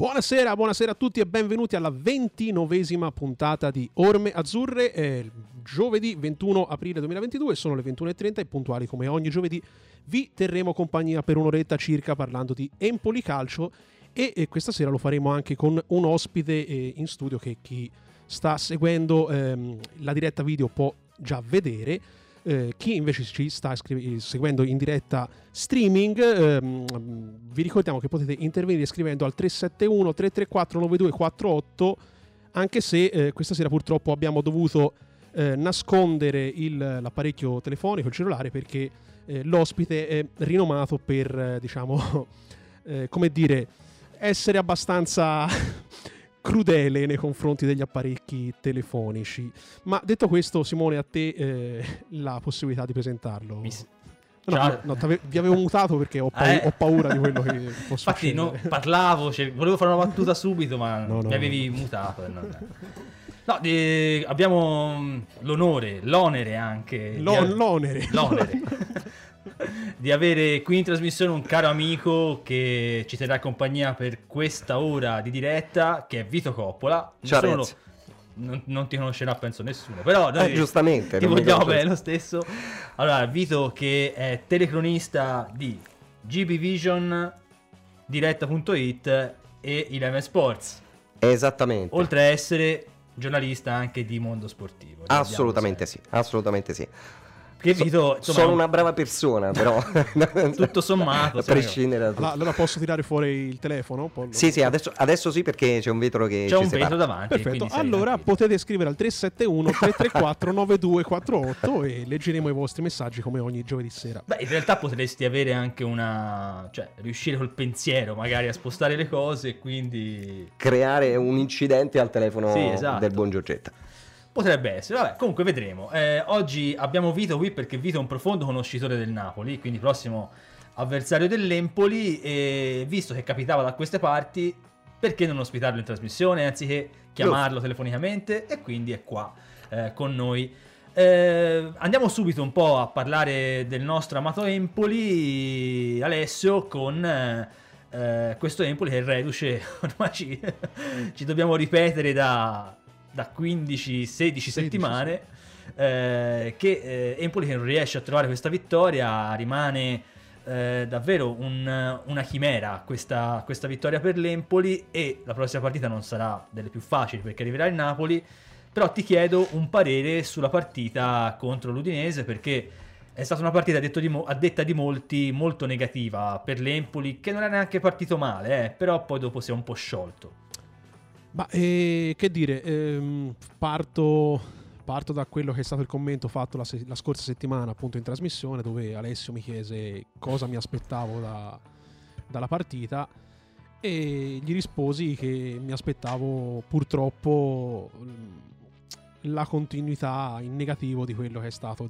Buonasera a tutti e benvenuti alla 29esima puntata di Orme Azzurre. È giovedì 21 aprile 2022, sono le 21:30 e puntuali come ogni giovedì vi terremo compagnia per un'oretta circa parlando di Empoli Calcio e questa sera lo faremo anche con un ospite in studio che chi sta seguendo la diretta video può già vedere. Chi invece ci sta seguendo in diretta streaming, vi ricordiamo che potete intervenire scrivendo al 371 334 9248, anche se questa sera purtroppo abbiamo dovuto nascondere l'apparecchio telefonico, il cellulare, perché l'ospite è rinomato per come dire, essere abbastanza crudele nei confronti degli apparecchi telefonici. Ma detto questo, Simone, a te la possibilità di presentarlo. Vi avevo mutato perché ho paura di quello che può succedere. Infatti parlavo, volevo fare una battuta subito, ma mi avevi mutato. Abbiamo l'onere anche l'onere di avere qui in trasmissione un caro amico che ci terrà compagnia per questa ora di diretta, che è Vito Coppola. Ciao, non ti conoscerà penso nessuno, però noi giustamente ti vogliamo bene lo stesso. Allora, Vito, che è telecronista di GB Vision, diretta.it e Eleven Sports. Esattamente. Oltre a essere giornalista anche di mondo sportivo. Assolutamente sì. Che Vito, insomma, sono una brava persona, però tutto sommato a prescindere da tutto. Allora posso tirare fuori il telefono? Sì, adesso sì, perché c'è un vetro che c'è ci un separa. vetro davanti. Perfetto, allora potete scrivere al 371 334 9248 e leggeremo i vostri messaggi come ogni giovedì sera. Beh, in realtà potresti avere anche riuscire col pensiero magari a spostare le cose e quindi creare un incidente al telefono del buon Giorgetta. Potrebbe essere, vabbè, comunque vedremo. Oggi abbiamo Vito qui perché Vito è un profondo conoscitore del Napoli, quindi prossimo avversario dell'Empoli, e visto che capitava da queste parti, perché non ospitarlo in trasmissione anziché chiamarlo telefonicamente, e quindi è qua con noi. Andiamo subito un po' a parlare del nostro amato Empoli, Alessio, con questo Empoli che è reduce, ormai ci dobbiamo ripetere da 15-16 settimane, che Empoli che non riesce a trovare questa vittoria. Rimane davvero una chimera questa vittoria per l'Empoli, e la prossima partita non sarà delle più facili perché arriverà il Napoli. Però ti chiedo un parere sulla partita contro l'Udinese, perché è stata una partita a detta di molti molto negativa per l'Empoli, che non è neanche partito male, però poi dopo si è un po' sciolto. Ma che dire, parto da quello che è stato il commento fatto la scorsa settimana appunto in trasmissione, dove Alessio mi chiese cosa mi aspettavo dalla partita, e gli risposi che mi aspettavo purtroppo la continuità in negativo di quello che è stato,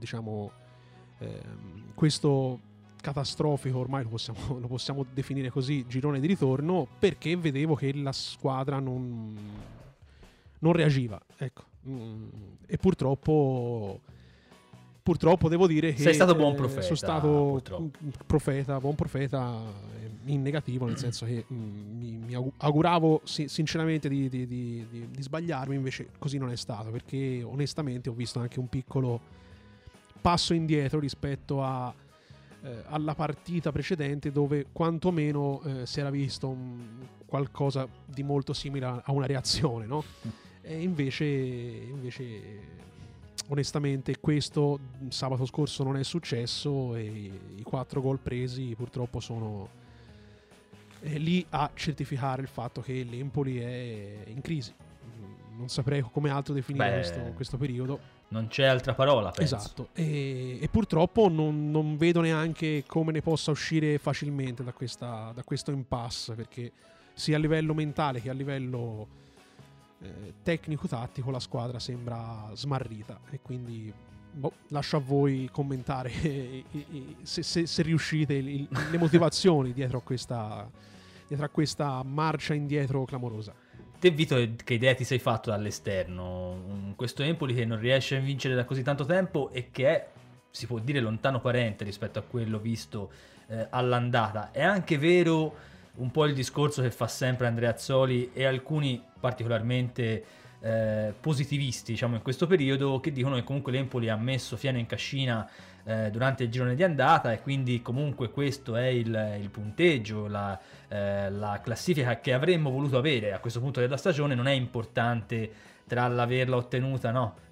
questo catastrofico, ormai lo possiamo definire così, girone di ritorno, perché vedevo che la squadra non reagiva, ecco. E purtroppo devo dire che sei stato buon profeta, sono stato buon profeta in negativo, nel senso che mi auguravo sinceramente di sbagliarmi, invece così non è stato, perché onestamente ho visto anche un piccolo passo indietro rispetto alla partita precedente, dove quantomeno si era visto qualcosa di molto simile a una reazione, no? E invece onestamente questo sabato scorso non è successo, e i 4 gol presi purtroppo sono lì a certificare il fatto che l'Empoli è in crisi. Non saprei come altro definire questo periodo. Non c'è altra parola, penso. Esatto, e purtroppo non vedo neanche come ne possa uscire facilmente da questo impasse, perché sia a livello mentale che a livello tecnico-tattico la squadra sembra smarrita, e quindi lascio a voi commentare se riuscite le motivazioni dietro a questa marcia indietro clamorosa. Te, Vito, che idea ti sei fatto dall'esterno? Questo Empoli che non riesce a vincere da così tanto tempo e che è, si può dire, lontano parente rispetto a quello visto all'andata. È anche vero un po' il discorso che fa sempre Andrea Azzoli e alcuni particolarmente positivisti, diciamo, in questo periodo, che dicono che comunque l'Empoli ha messo fieno in cascina durante il girone di andata, e quindi comunque questo è il punteggio, la classifica che avremmo voluto avere a questo punto della stagione. Non è importante tra l'averla ottenuta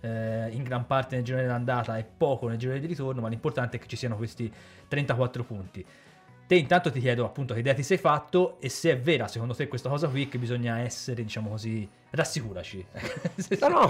in gran parte nel girone dell'andata e poco nel girone di ritorno, ma l'importante è che ci siano questi 34 punti. Te intanto ti chiedo appunto che idea ti sei fatto, e se è vera secondo te questa cosa qui, che bisogna essere, diciamo così, rassicuraci. No,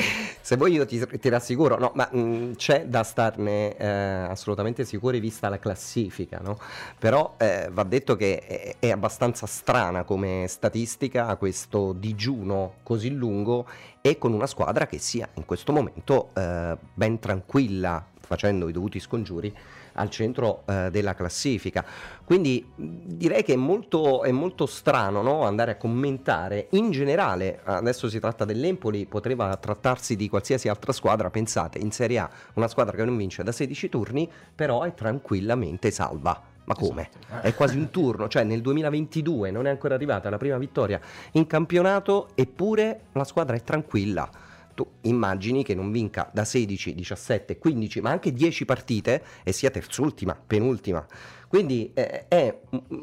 se vuoi io ti rassicuro, no, ma c'è da starne assolutamente sicuri vista la classifica, no? Però va detto che è abbastanza strana come statistica questo digiuno così lungo, e con una squadra che sia in questo momento ben tranquilla, facendo i dovuti scongiuri al centro della classifica. Quindi direi che è molto strano, no? Andare a commentare in generale. Adesso si tratta dell'Empoli, poteva trattarsi di qualsiasi altra squadra. Pensate, in Serie A una squadra che non vince da 16 turni però è tranquillamente salva. Ma come? Esatto. È quasi un turno, cioè nel 2022 non è ancora arrivata la prima vittoria in campionato, eppure la squadra è tranquilla. Tu immagini che non vinca da 16, 17, 15, ma anche 10 partite e sia terzultima, penultima. Quindi è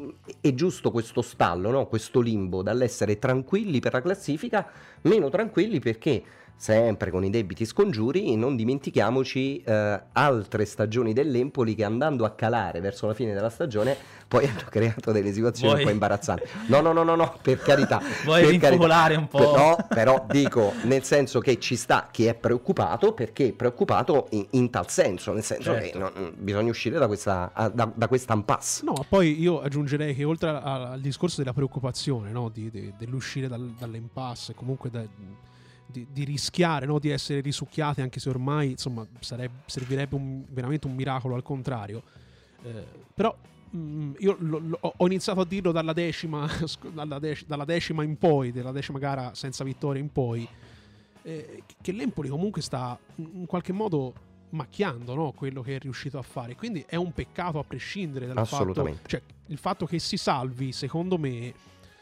giusto questo stallo, no? Questo limbo dall'essere tranquilli per la classifica, meno tranquilli perché, sempre con i debiti scongiuri, non dimentichiamoci altre stagioni dell'Empoli che, andando a calare verso la fine della stagione, poi hanno creato delle situazioni un po' imbarazzanti. No, per carità. Vuoi rinfocolare un po'? No, però dico, nel senso che ci sta chi è preoccupato, perché è preoccupato in tal senso, nel senso che bisogna uscire da questa impasse. No, poi io aggiungerei che oltre al discorso della preoccupazione, no, dell'uscire dall'impasse, comunque di rischiare, no, di essere risucchiati, anche se ormai insomma servirebbe veramente un miracolo al contrario, però io ho iniziato a dirlo dalla decima in poi, della decima gara senza vittoria in poi, che l'Empoli comunque sta in qualche modo macchiando, no, quello che è riuscito a fare, quindi è un peccato a prescindere dal fatto, cioè il fatto che si salvi, secondo me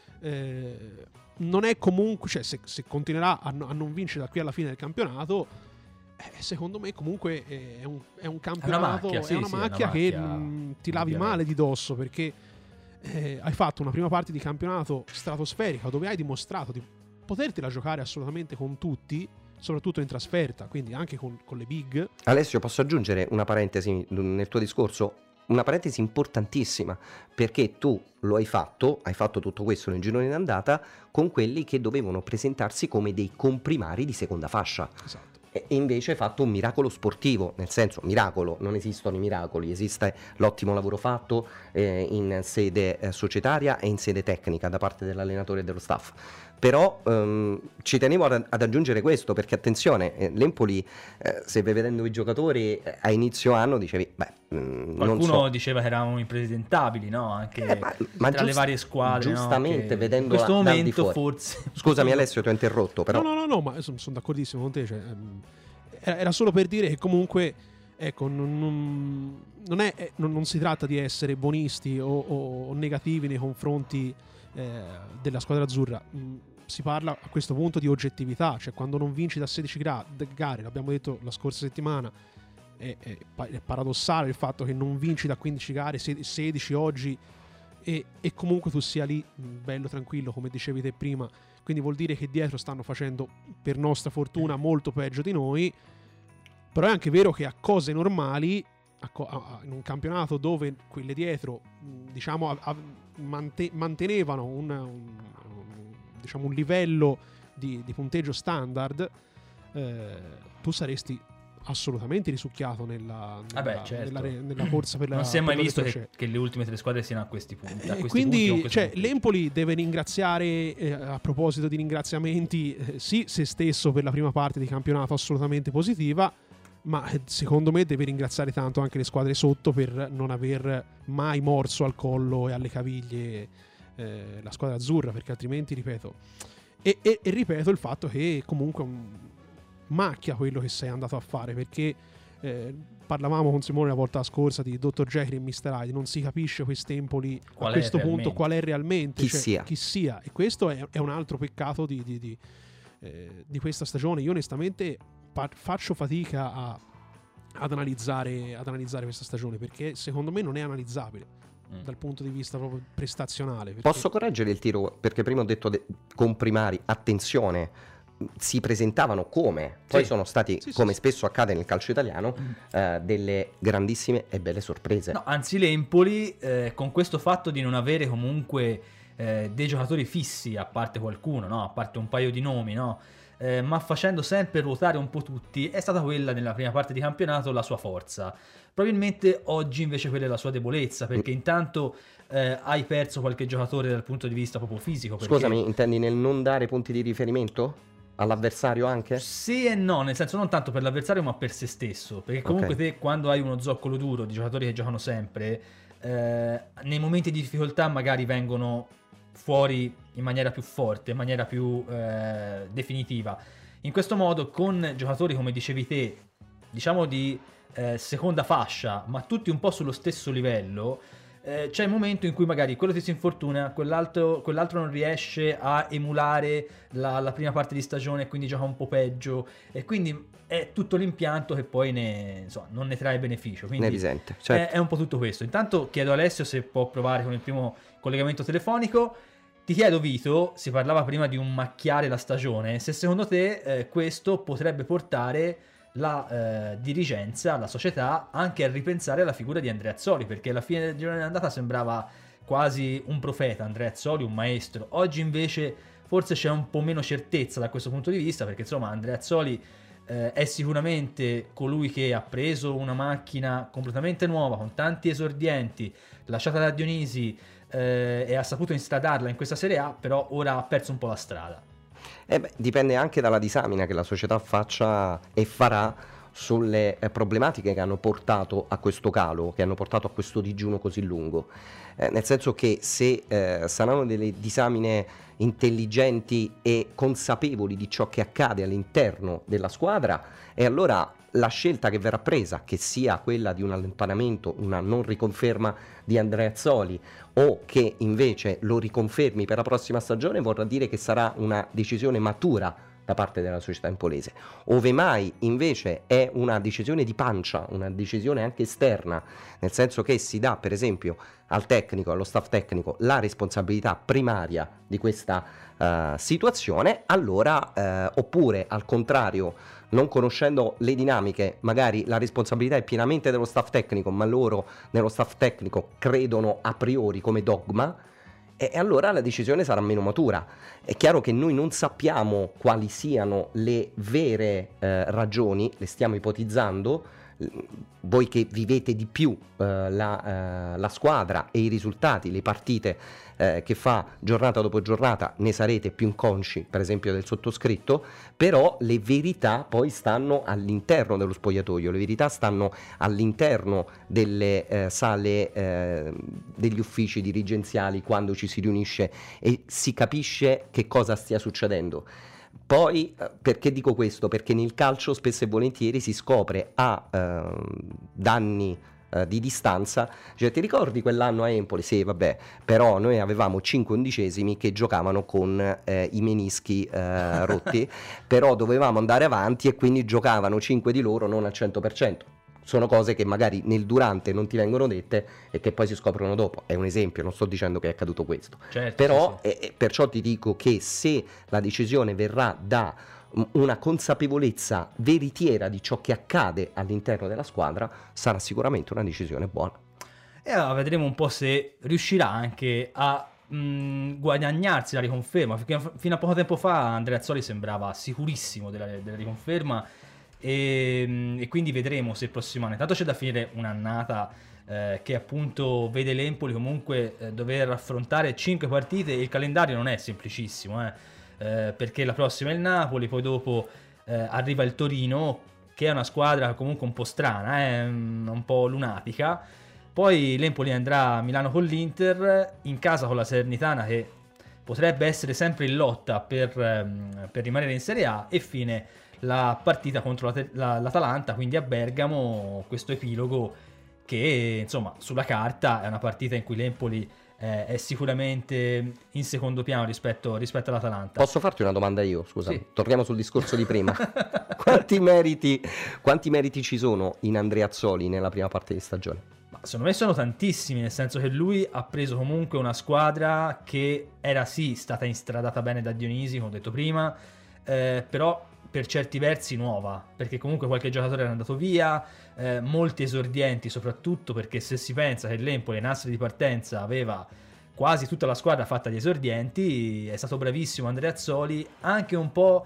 non è comunque, cioè se continuerà a non vincere da qui alla fine del campionato, secondo me comunque è un campionato, è una macchia che ti lavi male di dosso, perché hai fatto una prima parte di campionato stratosferica dove hai dimostrato di potertela giocare assolutamente con tutti, soprattutto in trasferta, quindi anche con le big. Alessio, posso aggiungere una parentesi nel tuo discorso? Una parentesi importantissima, perché tu lo hai fatto tutto questo nel girone d'andata con quelli che dovevano presentarsi come dei comprimari di seconda fascia. Esatto. E invece hai fatto un miracolo sportivo, nel senso, miracolo, non esistono i miracoli, esiste l'ottimo lavoro fatto in sede societaria e in sede tecnica da parte dell'allenatore e dello staff. Però ci tenevo ad aggiungere questo, perché attenzione, l'Empoli, se vai vedendo i giocatori a inizio anno dicevi, qualcuno diceva che eravamo impresidentabili, no? Anche ma tra le varie squadre, giustamente, no? Vedendo in questo momento forse. Scusami Alessio, ti ho interrotto, però no, ma sono d'accordissimo con te, cioè, era solo per dire che comunque, ecco, non si tratta di essere buonisti o negativi nei confronti della squadra azzurra. Si parla a questo punto di oggettività, cioè quando non vinci da 16 gare, l'abbiamo detto la scorsa settimana, è paradossale il fatto che non vinci da 15 gare, 16 oggi, e comunque tu sia lì bello tranquillo, come dicevi te prima. Quindi vuol dire che dietro stanno facendo, per nostra fortuna, molto peggio di noi. Però è anche vero che a cose normali, in un campionato dove quelle dietro, diciamo, mantenevano un livello di punteggio standard, tu saresti assolutamente risucchiato nella corsa per la. Non si è mai visto che le ultime tre squadre siano a questi punti. Quindi l'Empoli deve ringraziare, a proposito di ringraziamenti, sì, se stesso per la prima parte di campionato assolutamente positiva, ma secondo me deve ringraziare tanto anche le squadre sotto per non aver mai morso al collo e alle caviglie la squadra azzurra, perché altrimenti, ripeto, e ripeto il fatto che comunque macchia quello che sei andato a fare, perché parlavamo con Simone la volta scorsa di Dr. Jekyll e Mr. Hyde, non si capisce quest'Empoli a questo punto qual è realmente, chi sia, e questo è un altro peccato di questa stagione. Io onestamente faccio fatica ad analizzare questa stagione, perché secondo me non è analizzabile dal punto di vista proprio prestazionale. Posso correggere il tiro? Perché prima ho detto comprimari, attenzione, si presentavano poi sono stati, come spesso accade nel calcio italiano, delle grandissime e belle sorprese. No, anzi l'Empoli, con questo fatto di non avere comunque dei giocatori fissi, a parte qualcuno, no? A parte un paio di nomi, no? Ma facendo sempre ruotare un po' tutti, è stata quella nella prima parte di campionato la sua forza. Probabilmente oggi invece quella è la sua debolezza, perché intanto hai perso qualche giocatore dal punto di vista proprio fisico. Perché... Scusami, intendi nel non dare punti di riferimento all'avversario anche? Sì e no, nel senso non tanto per l'avversario ma per se stesso, perché comunque te quando hai uno zoccolo duro di giocatori che giocano sempre, nei momenti di difficoltà magari vengono fuori in maniera più forte, in maniera più definitiva. In questo modo, con giocatori come dicevi te, diciamo di seconda fascia, ma tutti un po' sullo stesso livello, c'è il momento in cui magari quello ti si infortuna, quell'altro non riesce a emulare la prima parte di stagione e quindi gioca un po' peggio, e quindi è tutto l'impianto che poi non ne trae beneficio, quindi ne risente, certo. È un po' tutto questo. Intanto chiedo a Alessio se può provare con il primo collegamento telefonico. Ti chiedo, Vito, si parlava prima di un macchiare la stagione, se secondo te questo potrebbe portare la dirigenza, la società, anche a ripensare alla figura di Andreazzoli, perché alla fine del girone d'andata sembrava quasi un profeta Andreazzoli, un maestro. Oggi invece forse c'è un po' meno certezza da questo punto di vista, perché insomma Andreazzoli è sicuramente colui che ha preso una macchina completamente nuova, con tanti esordienti, lasciata da Dionisi, e ha saputo instradarla in questa Serie A, però ora ha perso un po' la strada. Dipende anche dalla disamina che la società faccia e farà sulle problematiche che hanno portato a questo calo, che hanno portato a questo digiuno così lungo. Nel senso che se saranno delle disamine intelligenti e consapevoli di ciò che accade all'interno della squadra, e allora la scelta che verrà presa, che sia quella di un allontanamento, una non riconferma di Andreazzoli, o che invece lo riconfermi per la prossima stagione, vorrà dire che sarà una decisione matura da parte della società empolese. Ove mai invece è una decisione di pancia, una decisione anche esterna, nel senso che si dà per esempio al tecnico, allo staff tecnico, la responsabilità primaria di questa situazione, allora oppure al contrario, non conoscendo le dinamiche, magari la responsabilità è pienamente dello staff tecnico, ma loro nello staff tecnico credono a priori come dogma, e allora la decisione sarà meno matura. È chiaro che noi non sappiamo quali siano le vere ragioni, le stiamo ipotizzando. Voi che vivete di più la squadra e i risultati, le partite che fa giornata dopo giornata, ne sarete più inconsci, per esempio del sottoscritto, però le verità poi stanno all'interno dello spogliatoio, le verità stanno all'interno delle sale degli uffici dirigenziali, quando ci si riunisce e si capisce che cosa stia succedendo. Poi, perché dico questo? Perché nel calcio spesso e volentieri si scopre a danni di distanza, cioè ti ricordi quell'anno a Empoli? Sì, vabbè, però noi avevamo 5 undicesimi che giocavano con i menischi rotti, però dovevamo andare avanti e quindi giocavano 5 di loro non al 100%. Sono cose che magari nel durante non ti vengono dette e che poi si scoprono dopo. È un esempio, non sto dicendo che è accaduto questo. Certo, però sì. Perciò ti dico che se la decisione verrà da una consapevolezza veritiera di ciò che accade all'interno della squadra, sarà sicuramente una decisione buona. E allora vedremo un po' se riuscirà anche a guadagnarsi la riconferma, perché fino a poco tempo fa Andreazzoli sembrava sicurissimo della riconferma, e quindi vedremo se il prossimo anno. Intanto c'è da finire un'annata che appunto vede l'Empoli comunque dover affrontare 5 partite, e il calendario non è semplicissimo, perché la prossima è il Napoli, poi dopo arriva il Torino, che è una squadra comunque un po' strana, un po' lunatica, poi l'Empoli andrà a Milano con l'Inter, in casa con la Salernitana, che potrebbe essere sempre in lotta per rimanere in Serie A, e fine la partita contro l'Atalanta, quindi a Bergamo, questo epilogo che insomma sulla carta è una partita in cui l'Empoli è sicuramente in secondo piano rispetto all'Atalanta. Posso farti una domanda io, scusa? Sì. Torniamo sul discorso di prima. Quanti meriti ci sono in Andreazzoli nella prima parte di stagione? Ma secondo me sono tantissimi, nel senso che lui ha preso comunque una squadra che era sì stata instradata bene da Dionisi, come ho detto prima, però per certi versi nuova, perché comunque qualche giocatore era andato via, molti esordienti soprattutto, perché se si pensa che l'Empoli in asse di partenza aveva quasi tutta la squadra fatta di esordienti, è stato bravissimo Andreazzoli, anche un po'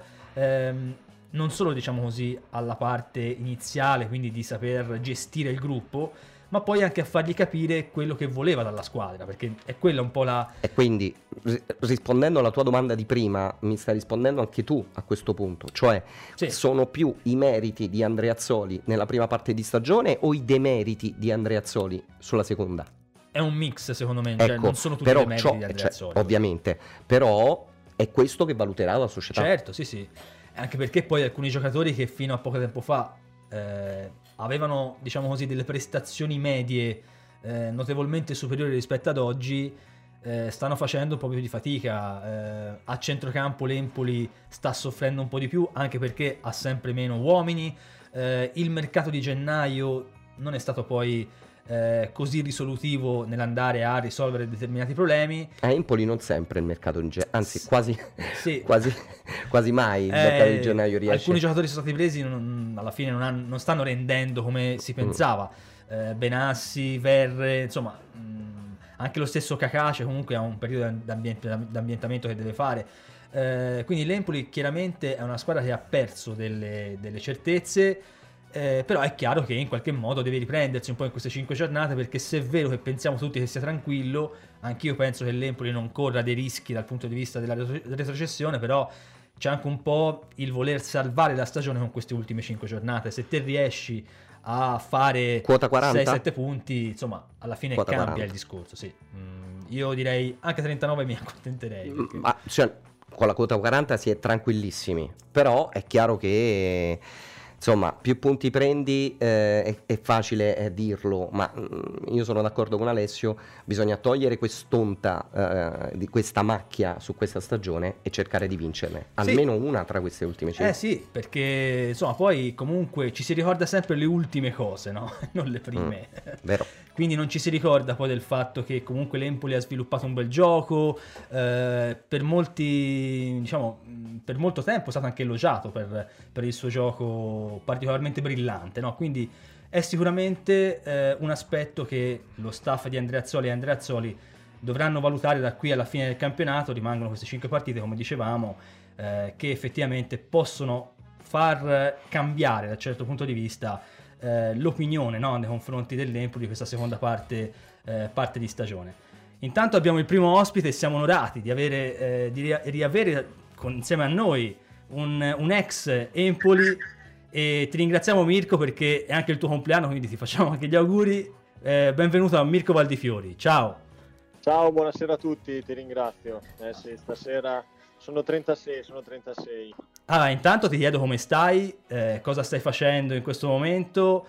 non solo diciamo così alla parte iniziale, quindi di saper gestire il gruppo, ma poi anche a fargli capire quello che voleva dalla squadra, perché è quella un po' la... E quindi, rispondendo alla tua domanda di prima, mi stai rispondendo anche tu a questo punto, cioè Sì. sono più i meriti di Andreazzoli nella prima parte di stagione o i demeriti di Andreazzoli sulla seconda? È un mix secondo me, cioè, Ecco, non sono tutti però i meriti di Andreazzoli. ovviamente, però è questo che valuterà la società. Certo, sì, sì. Anche perché poi alcuni giocatori che fino a poco tempo fa avevano, diciamo così, delle prestazioni medie notevolmente superiori rispetto ad oggi, stanno facendo un po' più di fatica. A centrocampo l'Empoli sta soffrendo un po' di più, anche perché ha sempre meno uomini. Il mercato di gennaio non è stato poi così risolutivo nell'andare a risolvere determinati problemi. A Empoli non sempre il mercato anzi quasi, Sì. quasi mai il mercato di gennaio riesce. Alcuni giocatori sono stati presi, alla fine non stanno rendendo come si pensava. Benassi, Verre, insomma, anche lo stesso Cacace comunque ha un periodo d'ambientamento che deve fare. Quindi l'Empoli chiaramente è una squadra che ha perso delle certezze. Però è chiaro che in qualche modo deve riprendersi un po' in queste 5 giornate, perché se è vero che pensiamo tutti che sia tranquillo, anch'io penso che l'Empoli non corra dei rischi dal punto di vista della retrocessione, però c'è anche un po' il voler salvare la stagione con queste ultime 5 giornate. Se te riesci a fare quota 40? 6-7 punti, insomma, alla fine Quota cambia 40. il discorso, sì. Io direi anche 39 mi accontenterei. Perché... Ma cioè, con la quota 40 si è tranquillissimi, però è chiaro che insomma più punti prendi è facile dirlo, ma io sono d'accordo con Alessio, bisogna togliere quest'onta di questa macchia su questa stagione e cercare di vincerne almeno una tra queste ultime 5. Sì, perché insomma poi comunque ci si ricorda sempre le ultime cose, no? Non le prime. Vero. Quindi non ci si ricorda poi del fatto che comunque l'Empoli ha sviluppato un bel gioco, per molti, diciamo, per molto tempo è stato anche elogiato per il suo gioco particolarmente brillante, no? Quindi è sicuramente un aspetto che lo staff di Andreazzoli e Andreazzoli dovranno valutare da qui alla fine del campionato. Rimangono queste 5 partite, come dicevamo, che effettivamente possono far cambiare da un certo punto di vista l'opinione, no, nei confronti dell'Empoli di questa seconda parte di stagione. Intanto abbiamo il primo ospite e siamo onorati di riavere insieme a noi un ex Empoli, e ti ringraziamo Mirko perché è anche il tuo compleanno, quindi ti facciamo anche gli auguri. Benvenuto a Mirko Valdifiori, ciao. Ciao, buonasera a tutti, ti ringrazio. Sì, stasera sono 36. Allora, intanto ti chiedo come stai, cosa stai facendo in questo momento.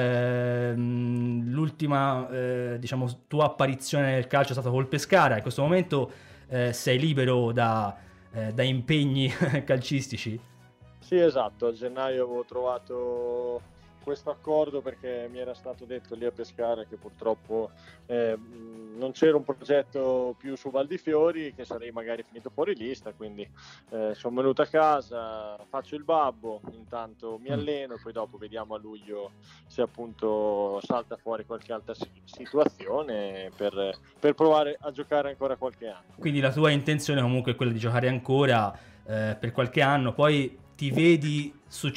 L'ultima diciamo tua apparizione nel calcio è stata col Pescara. In questo momento sei libero da impegni calcistici? Sì, esatto, a gennaio avevo trovato questo accordo perché mi era stato detto lì a Pescara che purtroppo non c'era un progetto più su Val di Fiori, che sarei magari finito fuori lista, quindi sono venuto a casa, faccio il babbo, intanto mi alleno e poi dopo vediamo a luglio se appunto salta fuori qualche altra situazione per provare a giocare ancora qualche anno. Quindi la tua intenzione comunque è quella di giocare ancora per qualche anno, poi ti vedi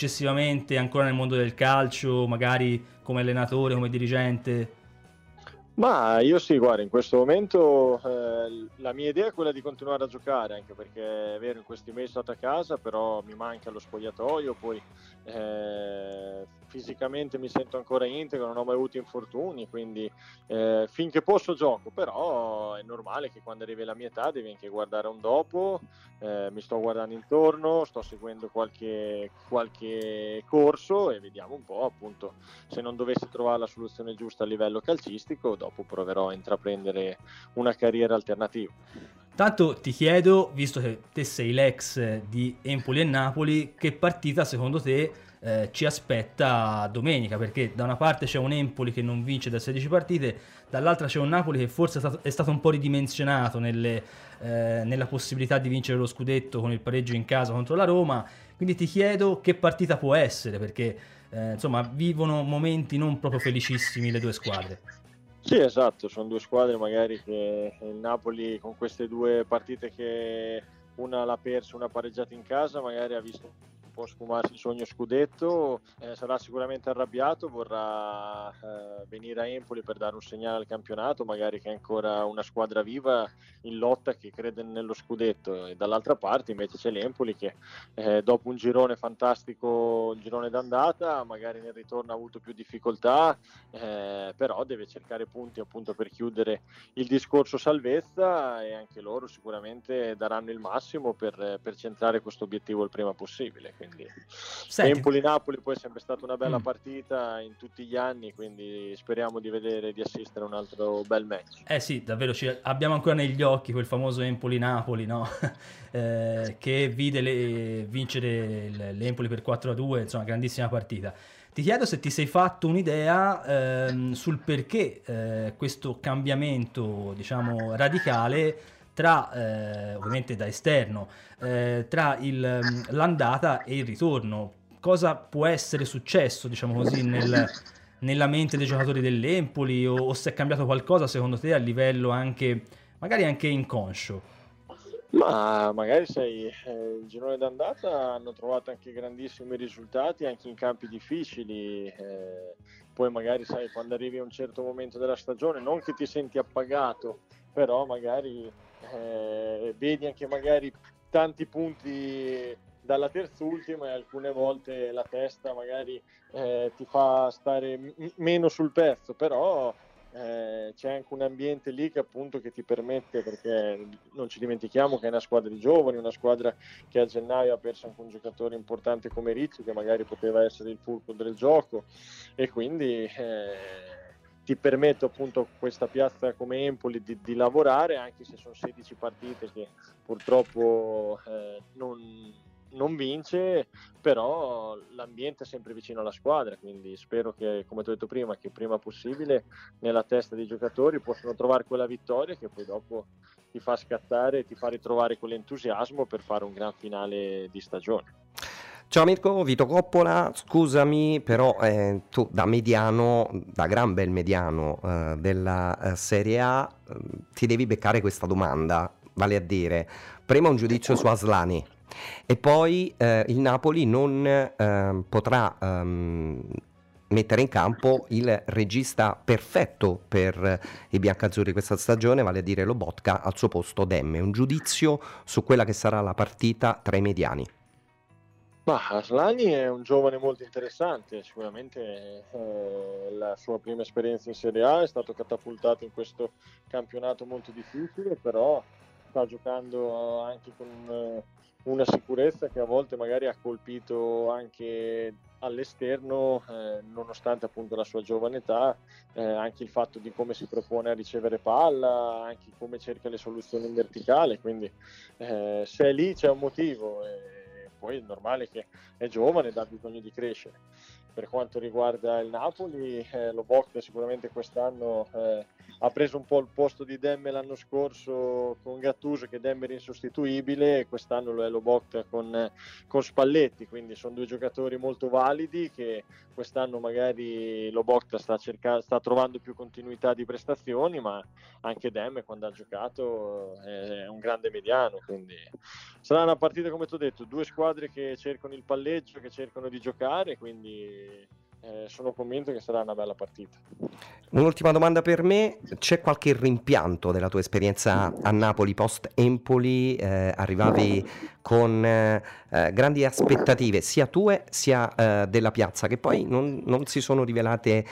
successivamente ancora nel mondo del calcio, magari come allenatore, come dirigente? Ma io sì, guarda, in questo momento la mia idea è quella di continuare a giocare, anche perché è vero, in questi mesi sono stato a casa, però mi manca lo spogliatoio, poi fisicamente mi sento ancora integro, non ho mai avuto infortuni, quindi finché posso gioco, però è normale che quando arrivi alla mia età devi anche guardare un dopo, mi sto guardando intorno, sto seguendo qualche corso e vediamo un po', appunto, se non dovessi trovare la soluzione giusta a livello calcistico, dopo proverò a intraprendere una carriera alternativa. Tanto ti chiedo, visto che te sei l'ex di Empoli e Napoli, che partita secondo te ci aspetta domenica? Perché da una parte c'è un Empoli che non vince da 16 partite, dall'altra c'è un Napoli che forse è stato un po' ridimensionato nella possibilità di vincere lo scudetto con il pareggio in casa contro la Roma. Quindi ti chiedo che partita può essere, perché insomma vivono momenti non proprio felicissimi le due squadre. Sì, esatto, sono due squadre magari che il Napoli con queste due partite che una l'ha persa, una pareggiata in casa, magari ha visto un po' sfumarsi il sogno scudetto, sarà sicuramente arrabbiato, vorrà venire a Empoli per dare un segnale al campionato, magari che è ancora una squadra viva in lotta che crede nello scudetto, e dall'altra parte invece c'è l'Empoli che dopo un girone fantastico, un girone d'andata, magari nel ritorno ha avuto più difficoltà, però deve cercare punti appunto per chiudere il discorso salvezza, e anche loro sicuramente daranno il massimo per centrare questo obiettivo il prima possibile. Quindi Empoli-Napoli poi è sempre stata una bella partita in tutti gli anni, quindi speriamo di assistere a un altro bel match. Sì, davvero, abbiamo ancora negli occhi quel famoso Empoli-Napoli, no? Che vide vincere l'Empoli per 4-2, insomma, grandissima partita. Ti chiedo se ti sei fatto un'idea sul perché questo cambiamento, diciamo, radicale tra, ovviamente da esterno, tra l'andata e il ritorno. Cosa può essere successo, diciamo così, nella mente dei giocatori dell'Empoli, o se è cambiato qualcosa secondo te a livello anche, magari anche inconscio? Ma magari il girone d'andata hanno trovato anche grandissimi risultati anche in campi difficili, poi magari quando arrivi a un certo momento della stagione non che ti senti appagato, però magari vedi anche magari tanti punti dalla terzultima e alcune volte la testa magari ti fa stare meno sul pezzo, però c'è anche un ambiente lì che appunto che ti permette, perché non ci dimentichiamo che è una squadra di giovani, una squadra che a gennaio ha perso anche un giocatore importante come Ricci, che magari poteva essere il fulcro del gioco, e quindi ti permette appunto questa piazza come Empoli di lavorare, anche se sono 16 partite che purtroppo non vince, però l'ambiente è sempre vicino alla squadra, quindi spero che, come ti ho detto prima, che prima possibile nella testa dei giocatori possano trovare quella vittoria che poi dopo ti fa scattare, ti fa ritrovare quell'entusiasmo per fare un gran finale di stagione. Ciao Mirko, Vito Coppola, scusami, però tu da mediano, da gran bel mediano della Serie A, ti devi beccare questa domanda, vale a dire, prima un giudizio su Aslani e poi il Napoli non potrà mettere in campo il regista perfetto per i biancazzurri questa stagione, vale a dire Lobotka, al suo posto Demme. Un giudizio su quella che sarà la partita tra i mediani. Aslani è un giovane molto interessante, sicuramente la sua prima esperienza in Serie A, è stato catapultato in questo campionato molto difficile, però sta giocando anche con una sicurezza che a volte magari ha colpito anche all'esterno, nonostante appunto la sua giovane età, anche il fatto di come si propone a ricevere palla, anche come cerca le soluzioni in verticale, quindi se è lì c'è un motivo. Poi è normale che è giovane e ha bisogno di crescere. Per quanto riguarda il Napoli, Lobotka sicuramente quest'anno ha preso un po' il posto di Demme l'anno scorso con Gattuso, che Demme era insostituibile, e quest'anno lo è Lobotka con Spalletti, quindi sono due giocatori molto validi che quest'anno magari Lobotka sta trovando più continuità di prestazioni, ma anche Demme quando ha giocato è un grande mediano, quindi sarà una partita, come ti ho detto, due squadre che cercano il palleggio, che cercano di giocare, quindi sono convinto che sarà una bella partita. Un'ultima domanda per me: c'è qualche rimpianto della tua esperienza a Napoli post-Empoli? Arrivavi con grandi aspettative sia tue sia della piazza, che poi non si sono rivelate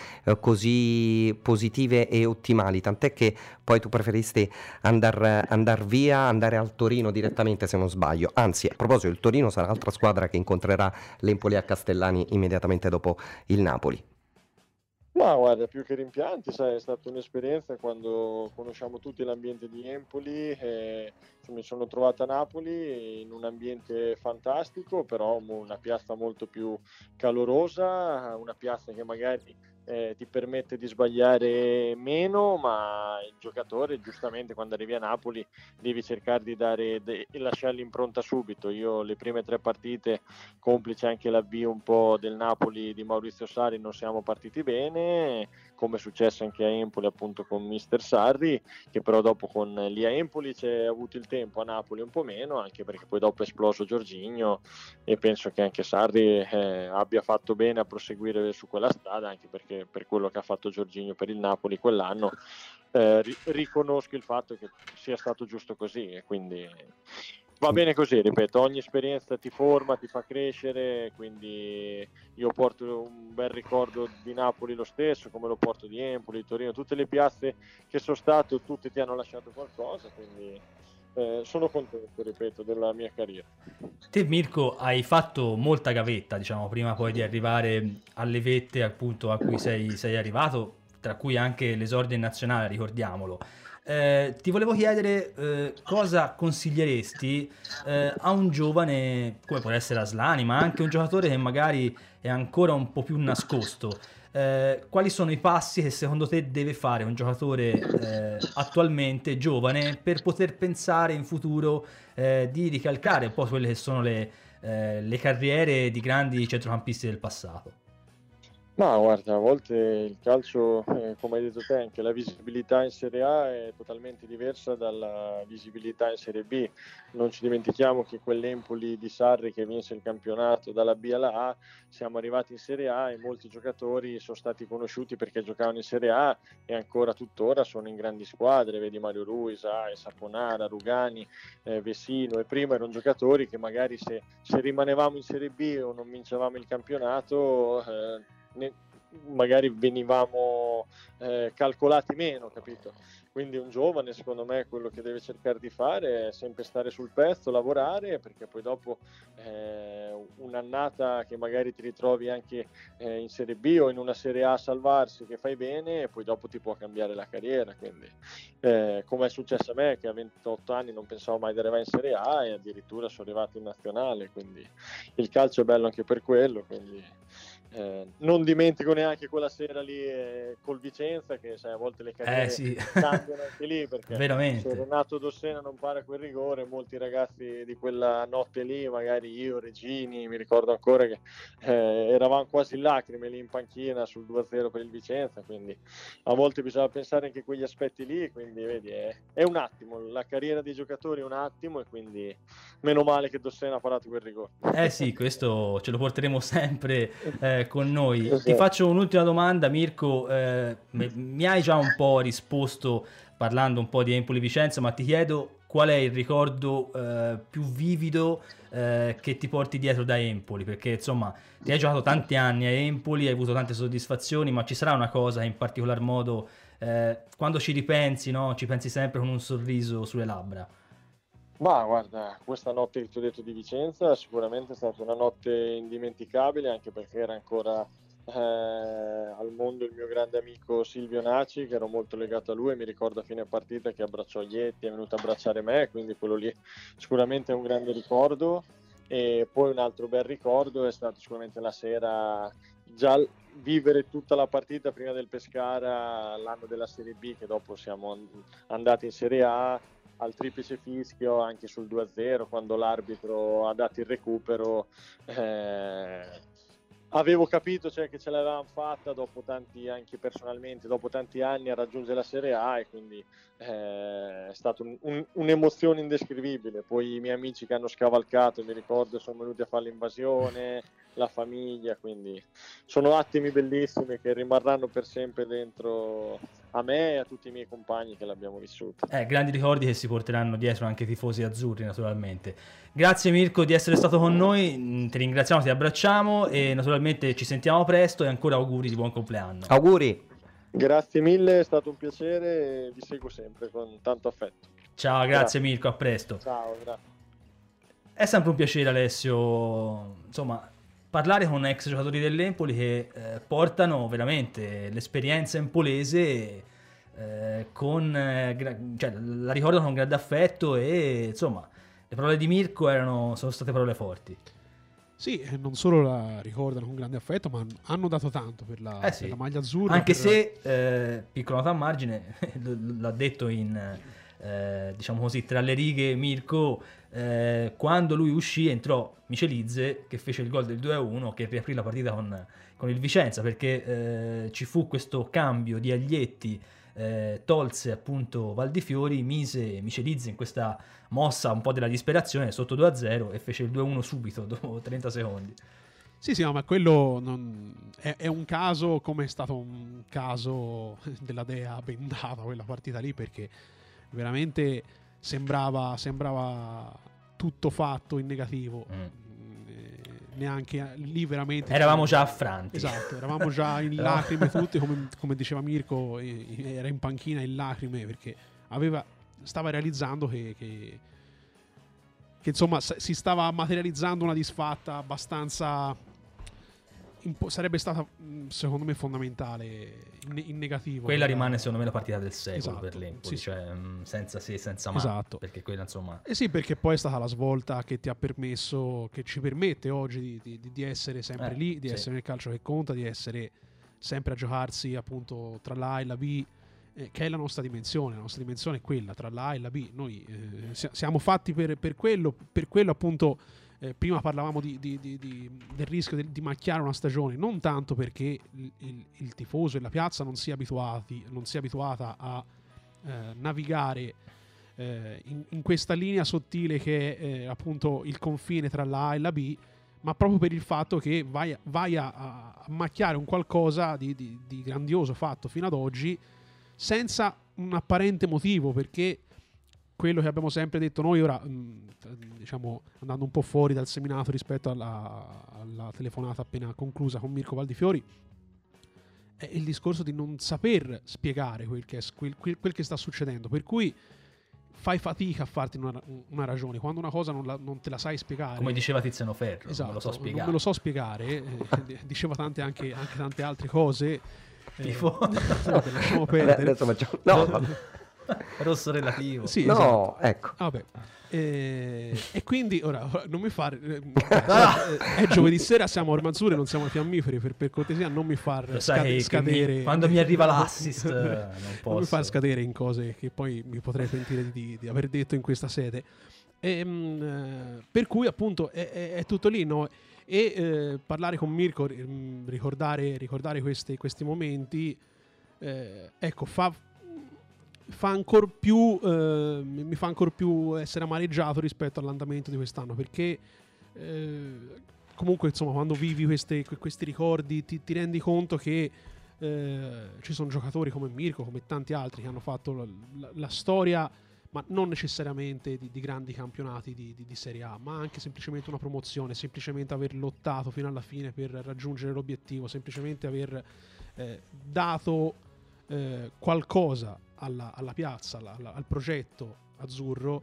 così positive e ottimali, tant'è che poi tu preferisti andar via, andare al Torino direttamente, se non sbaglio. Anzi, a proposito, il Torino sarà l'altra squadra che incontrerà l'Empoli a Castellani immediatamente dopo il Napoli. Ma guarda, più che rimpianti, sai, è stata un'esperienza quando conosciamo tutti l'ambiente di Empoli, mi sono trovato a Napoli in un ambiente fantastico, però una piazza molto più calorosa, una piazza che magari ti permette di sbagliare meno, ma il giocatore giustamente quando arrivi a Napoli devi cercare di lasciare l'impronta subito. Io le prime 3 partite, complice anche l'avvio un po' del Napoli di Maurizio Sarri, non siamo partiti bene, come è successo anche a Empoli appunto con Mister Sarri, che però dopo con lì a Empoli c'è avuto il tempo, a Napoli un po' meno, anche perché poi dopo è esploso Jorginho e penso che anche Sarri abbia fatto bene a proseguire su quella strada, anche perché per quello che ha fatto Jorginho per il Napoli quell'anno riconosco il fatto che sia stato giusto così, e quindi va bene così, ripeto, ogni esperienza ti forma, ti fa crescere, quindi io porto un bel ricordo di Napoli lo stesso, come lo porto di Empoli, di Torino, tutte le piazze che sono stato, tutte ti hanno lasciato qualcosa, quindi sono contento, ripeto, della mia carriera. Te Mirko hai fatto molta gavetta, diciamo, prima poi di arrivare alle vette appunto a cui sei arrivato, tra cui anche l'esordio in nazionale, ricordiamolo. Ti volevo chiedere cosa consiglieresti a un giovane come può essere Aslani, ma anche un giocatore che magari è ancora un po' più nascosto. Quali sono i passi che secondo te deve fare un giocatore attualmente giovane per poter pensare in futuro di ricalcare un po' quelle che sono le carriere di grandi centrocampisti del passato? Ma guarda, a volte il calcio, come hai detto te, anche la visibilità in Serie A è totalmente diversa dalla visibilità in Serie B. Non ci dimentichiamo che quell'Empoli di Sarri che vinse il campionato dalla B alla A, siamo arrivati in Serie A e molti giocatori sono stati conosciuti perché giocavano in Serie A e ancora tuttora sono in grandi squadre. Vedi Mario Rui, Saponara, Rugani, Vesino, e prima erano giocatori che magari se rimanevamo in Serie B o non vincevamo il campionato magari venivamo calcolati meno, capito? Quindi un giovane, secondo me, quello che deve cercare di fare è sempre stare sul pezzo, lavorare, perché poi dopo un'annata che magari ti ritrovi anche in Serie B o in una Serie A a salvarsi, che fai bene, e poi dopo ti può cambiare la carriera. Quindi come è successo a me, che a 28 anni non pensavo mai di arrivare in Serie A e addirittura sono arrivato in nazionale, quindi il calcio è bello anche per quello, quindi non dimentico neanche quella sera lì col Vicenza, che sai, a volte le carriere sì. cambiano anche lì, perché veramente se Renato Dossena non para quel rigore, molti ragazzi di quella notte lì, magari io, Regini, mi ricordo ancora che eravamo quasi in lacrime lì in panchina sul 2-0 per il Vicenza, quindi a volte bisogna pensare anche a quegli aspetti lì, quindi vedi, è un attimo, la carriera dei giocatori è un attimo, e quindi meno male che Dossena ha parato quel rigore. sì, questo ce lo porteremo sempre con noi. Esatto. Ti faccio un'ultima domanda, Mirko. Mi hai già un po' risposto parlando un po' di Empoli Vicenza, ma ti chiedo qual è il ricordo più vivido che ti porti dietro da Empoli, perché insomma ti hai giocato tanti anni a Empoli, hai avuto tante soddisfazioni, ma ci sarà una cosa in particolar modo quando ci ripensi, no? Ci pensi sempre con un sorriso sulle labbra. Ma guarda, questa notte che ti ho detto di Vicenza sicuramente è stata una notte indimenticabile, anche perché era ancora al mondo il mio grande amico Silvio Naci, che ero molto legato a lui, e mi ricordo a fine partita che abbracciò Ietti, è venuto a abbracciare me, quindi quello lì sicuramente è un grande ricordo. E poi un altro bel ricordo è stato sicuramente la sera, già vivere tutta la partita prima del Pescara, l'anno della Serie B, che dopo siamo andati in Serie A, al triplice fischio anche sul 2-0, quando l'arbitro ha dato il recupero, avevo capito, cioè, che ce l'avevamo fatta dopo tanti, anche personalmente, dopo tanti anni a raggiungere la Serie A, e quindi è stata un'emozione indescrivibile. Poi i miei amici che hanno scavalcato, mi ricordo, sono venuti a fare l'invasione, la famiglia, quindi sono attimi bellissimi che rimarranno per sempre dentro a me e a tutti i miei compagni che l'abbiamo vissuta. Grandi ricordi che si porteranno dietro anche i tifosi azzurri, naturalmente. Grazie Mirko di essere stato con noi, ti ringraziamo, ti abbracciamo e naturalmente ci sentiamo presto, e ancora auguri di buon compleanno. Auguri. Grazie mille, è stato un piacere e vi seguo sempre con tanto affetto. Ciao, grazie Mirko, a presto. Ciao, grazie. È sempre un piacere, Alessio, insomma, parlare con ex giocatori dell'Empoli che portano veramente l'esperienza empolese cioè, la ricordano con grande affetto, e insomma le parole di Mirko sono state parole forti. Sì, non solo la ricordano con grande affetto, ma hanno dato tanto per la maglia azzurra. Anche se, piccola nota a margine, l'ha detto diciamo così, tra le righe Mirko, quando lui uscì entrò Michelizze che fece il gol del 2-1 che riaprì la partita con il Vicenza, perché ci fu questo cambio di Aglietti, tolse appunto Valdifiori, mise Michelizze in questa mossa un po' della disperazione sotto 2-0 e fece il 2-1 subito dopo 30 secondi. Sì, no, ma quello è un caso, come è stato un caso della Dea bendata quella partita lì, perché veramente sembrava tutto fatto in negativo. Neanche lì veramente eravamo già affranti. Esatto, eravamo già in lacrime tutti, come diceva Mirko, era in panchina in lacrime, perché stava realizzando che insomma si stava materializzando una disfatta abbastanza sarebbe stata secondo me fondamentale in negativo. Quella rimane secondo me la partita del secolo, esatto, per l'Empoli, sì. Cioè senza se senza ma, esatto. Perché quella insomma sì, perché poi è stata la svolta che ti ha permesso, che ci permette oggi di essere sempre lì, di essere nel calcio che conta, di essere sempre a giocarsi appunto tra la A e la B, che è la nostra dimensione. La nostra dimensione è quella, tra la A e la B. Noi siamo fatti per quello appunto. Prima parlavamo del rischio di macchiare una stagione, non tanto perché il tifoso e la piazza non sia abituata a navigare in questa linea sottile che è appunto il confine tra la A e la B, ma proprio per il fatto che vai a macchiare un qualcosa di grandioso fatto fino ad oggi senza un apparente motivo, perché quello che abbiamo sempre detto noi, ora diciamo andando un po' fuori dal seminato rispetto alla telefonata appena conclusa con Mirko Valdifiori, è il discorso di non saper spiegare quel che sta succedendo, per cui fai fatica a farti una ragione quando una cosa non te la sai spiegare. Come diceva Tiziano Ferro, esatto, non me lo so spiegare. Non me lo so spiegare, diceva anche tante altre cose. Tipo? Vabbè, lasciamo perdere. Rosso relativo. Sì, no, esatto. Ecco. Vabbè. E quindi ora non mi fare è giovedì sera, siamo a Ormazzurri, non siamo ai fiammiferi, per cortesia non mi far scadere quando mi arriva l'assist non mi far scadere in cose che poi mi potrei pentire di aver detto in questa sede, per cui appunto è tutto lì, no? E parlare con Mirko, ricordare questi momenti, ecco, fa ancora più mi fa ancora più essere amareggiato rispetto all'andamento di quest'anno, perché comunque insomma quando vivi questi ricordi ti rendi conto che ci sono giocatori come Mirko, come tanti altri che hanno fatto la storia, ma non necessariamente di grandi campionati di Serie A, ma anche semplicemente una promozione, semplicemente aver lottato fino alla fine per raggiungere l'obiettivo, semplicemente aver dato qualcosa alla piazza, al progetto azzurro,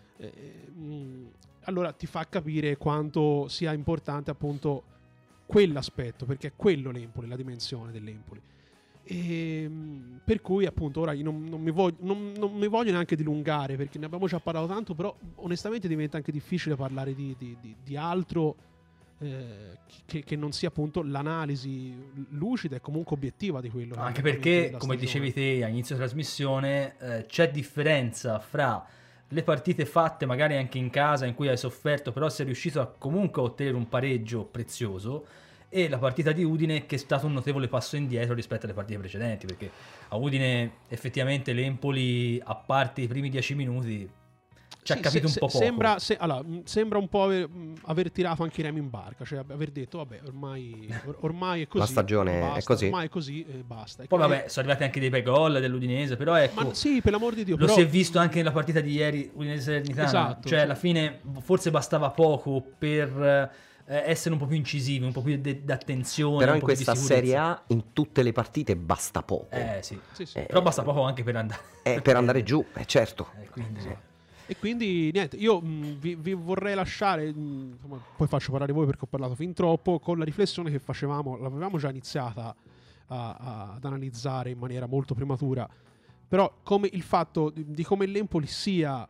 allora ti fa capire quanto sia importante appunto quell'aspetto, perché è quello l'Empoli, la dimensione dell'Empoli. E per cui appunto ora io non mi voglio neanche dilungare, perché ne abbiamo già parlato tanto, però onestamente diventa anche difficile parlare di altro che non sia appunto l'analisi lucida e comunque obiettiva di quello. Anche perché, come dicevi te a inizio trasmissione, c'è differenza fra le partite fatte magari anche in casa in cui hai sofferto, però sei riuscito a comunque ottenere un pareggio prezioso, e la partita di Udine, che è stato un notevole passo indietro rispetto alle partite precedenti, perché a Udine effettivamente l'Empoli, a parte i primi 10 minuti, ci ha capito un po' poco. Sembra un po' aver tirato anche i remi in barca, cioè aver detto vabbè, ormai è così, la stagione basta, è così, ormai è così e basta. Poi vabbè, sono arrivati anche dei bei gol dell'Udinese, però ecco, ma sì, per l'amor di Dio, lo però si è visto anche nella partita di ieri Udinese-Salernitana, esatto, cioè alla fine forse bastava poco per essere un po' più incisivi, un po' più d'attenzione. però un in po' più di questa sicurezza. Serie A in tutte le partite basta poco, Sì. Sì. Però basta poco anche per andare per andare giù, certo. Quindi E quindi niente, io vi vorrei lasciare, insomma, poi faccio parlare voi perché ho parlato fin troppo, con la riflessione che l'avevamo già iniziata ad analizzare in maniera molto prematura, però come il fatto di come l'Empoli sia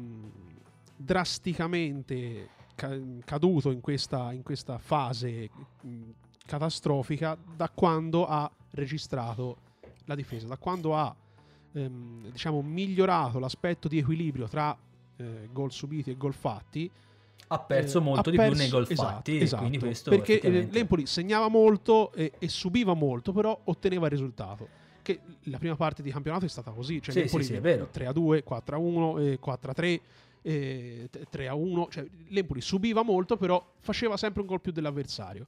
drasticamente caduto in questa fase catastrofica da quando ha registrato la difesa, da quando ha diciamo migliorato l'aspetto di equilibrio tra gol subiti e gol fatti, ha perso molto di più nei gol fatti, esatto, quindi questo perché effettivamente... l'Empoli segnava molto e subiva molto, però otteneva il risultato, che la prima parte di campionato è stata così, cioè l'Empoli sì, è vero. 3-2, 4-1, 4-3, 3-1, cioè l'Empoli subiva molto, però faceva sempre un gol più dell'avversario,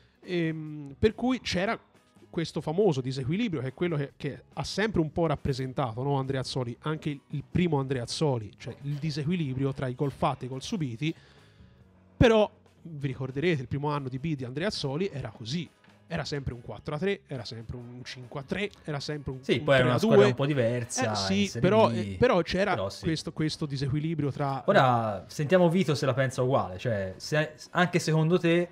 per cui c'era questo famoso disequilibrio, che è quello che ha sempre un po' rappresentato, no, Andreazzoli, anche il primo Andreazzoli, cioè il disequilibrio tra i gol fatti e i gol subiti. Però vi ricorderete il primo anno di B di Andreazzoli era così, era sempre un 4-3, era sempre un 5-3, era sempre un sì, un poi era una 3-2. squadra un po' diversa, sì, Serie B. però c'era sì. questo disequilibrio tra... Ora sentiamo Vito se la pensa uguale, cioè anche secondo te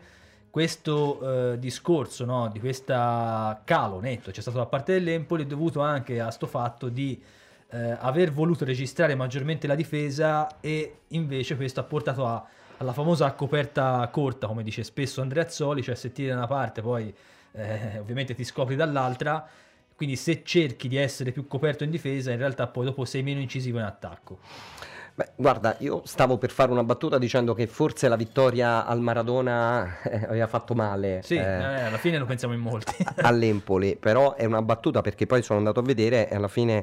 questo discorso, no, di questa calo netto c'è stato da parte dell'Empoli, è dovuto anche a sto fatto di aver voluto registrare maggiormente la difesa, e invece questo ha portato alla famosa coperta corta, come dice spesso Andreazzoli, cioè se tiri da una parte poi ovviamente ti scopri dall'altra, quindi se cerchi di essere più coperto in difesa in realtà poi dopo sei meno incisivo in attacco. Beh, guarda, io stavo per fare una battuta dicendo che forse la vittoria al Maradona aveva fatto male. Sì, alla fine lo pensiamo in molti. All'Empoli, però è una battuta perché poi sono andato a vedere e alla fine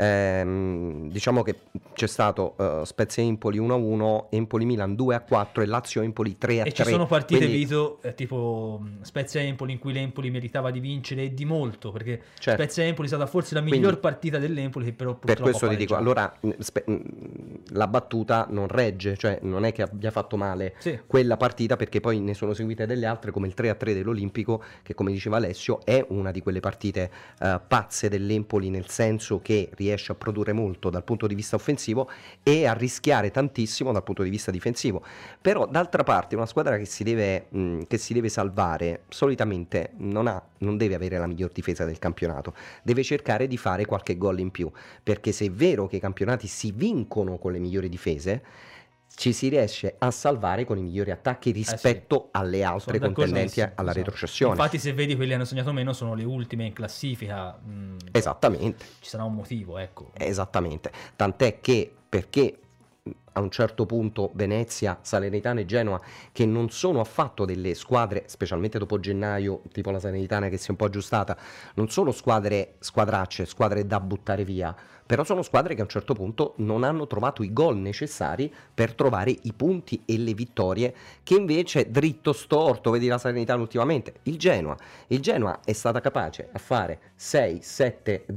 diciamo che c'è stato Spezia-Empoli 1-1, Empoli-Milan 2-4 e Lazio-Empoli 3-3. E ci sono partite, quindi... Vito, tipo Spezia-Empoli, in cui l'Empoli meritava di vincere, e di molto, perché certo. Spezia-Empoli è stata forse la miglior Quindi, partita dell'Empoli, che però purtroppo per questo ti dico, pareggiato. allora la battuta non regge, cioè non è che abbia fatto male Sì. quella partita, perché poi ne sono seguite delle altre come il 3-3 dell'Olimpico, che come diceva Alessio è una di quelle partite pazze dell'Empoli, nel senso che riesce a produrre molto dal punto di vista offensivo e a rischiare tantissimo dal punto di vista difensivo. Però d'altra parte una squadra che si deve salvare solitamente non deve avere la miglior difesa del campionato, deve cercare di fare qualche gol in più, perché se è vero che i campionati si vincono con le migliori difese, ci si riesce a salvare con i migliori attacchi rispetto alle altre contendenti alla retrocessione. Infatti se vedi quelli che hanno segnato meno sono le ultime in classifica. Esattamente. Ci sarà un motivo, ecco. Esattamente, tant'è che perché a un certo punto Venezia, Salernitana e Genoa, che non sono affatto delle squadre, specialmente dopo gennaio, tipo la Salernitana che si è un po' aggiustata, non sono squadracce, squadre da buttare via, però sono squadre che a un certo punto non hanno trovato i gol necessari per trovare i punti e le vittorie, che invece dritto storto, vedi la Salernitana ultimamente, il Genoa è stata capace a fare 6, 7,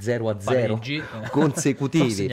0-0 consecutivi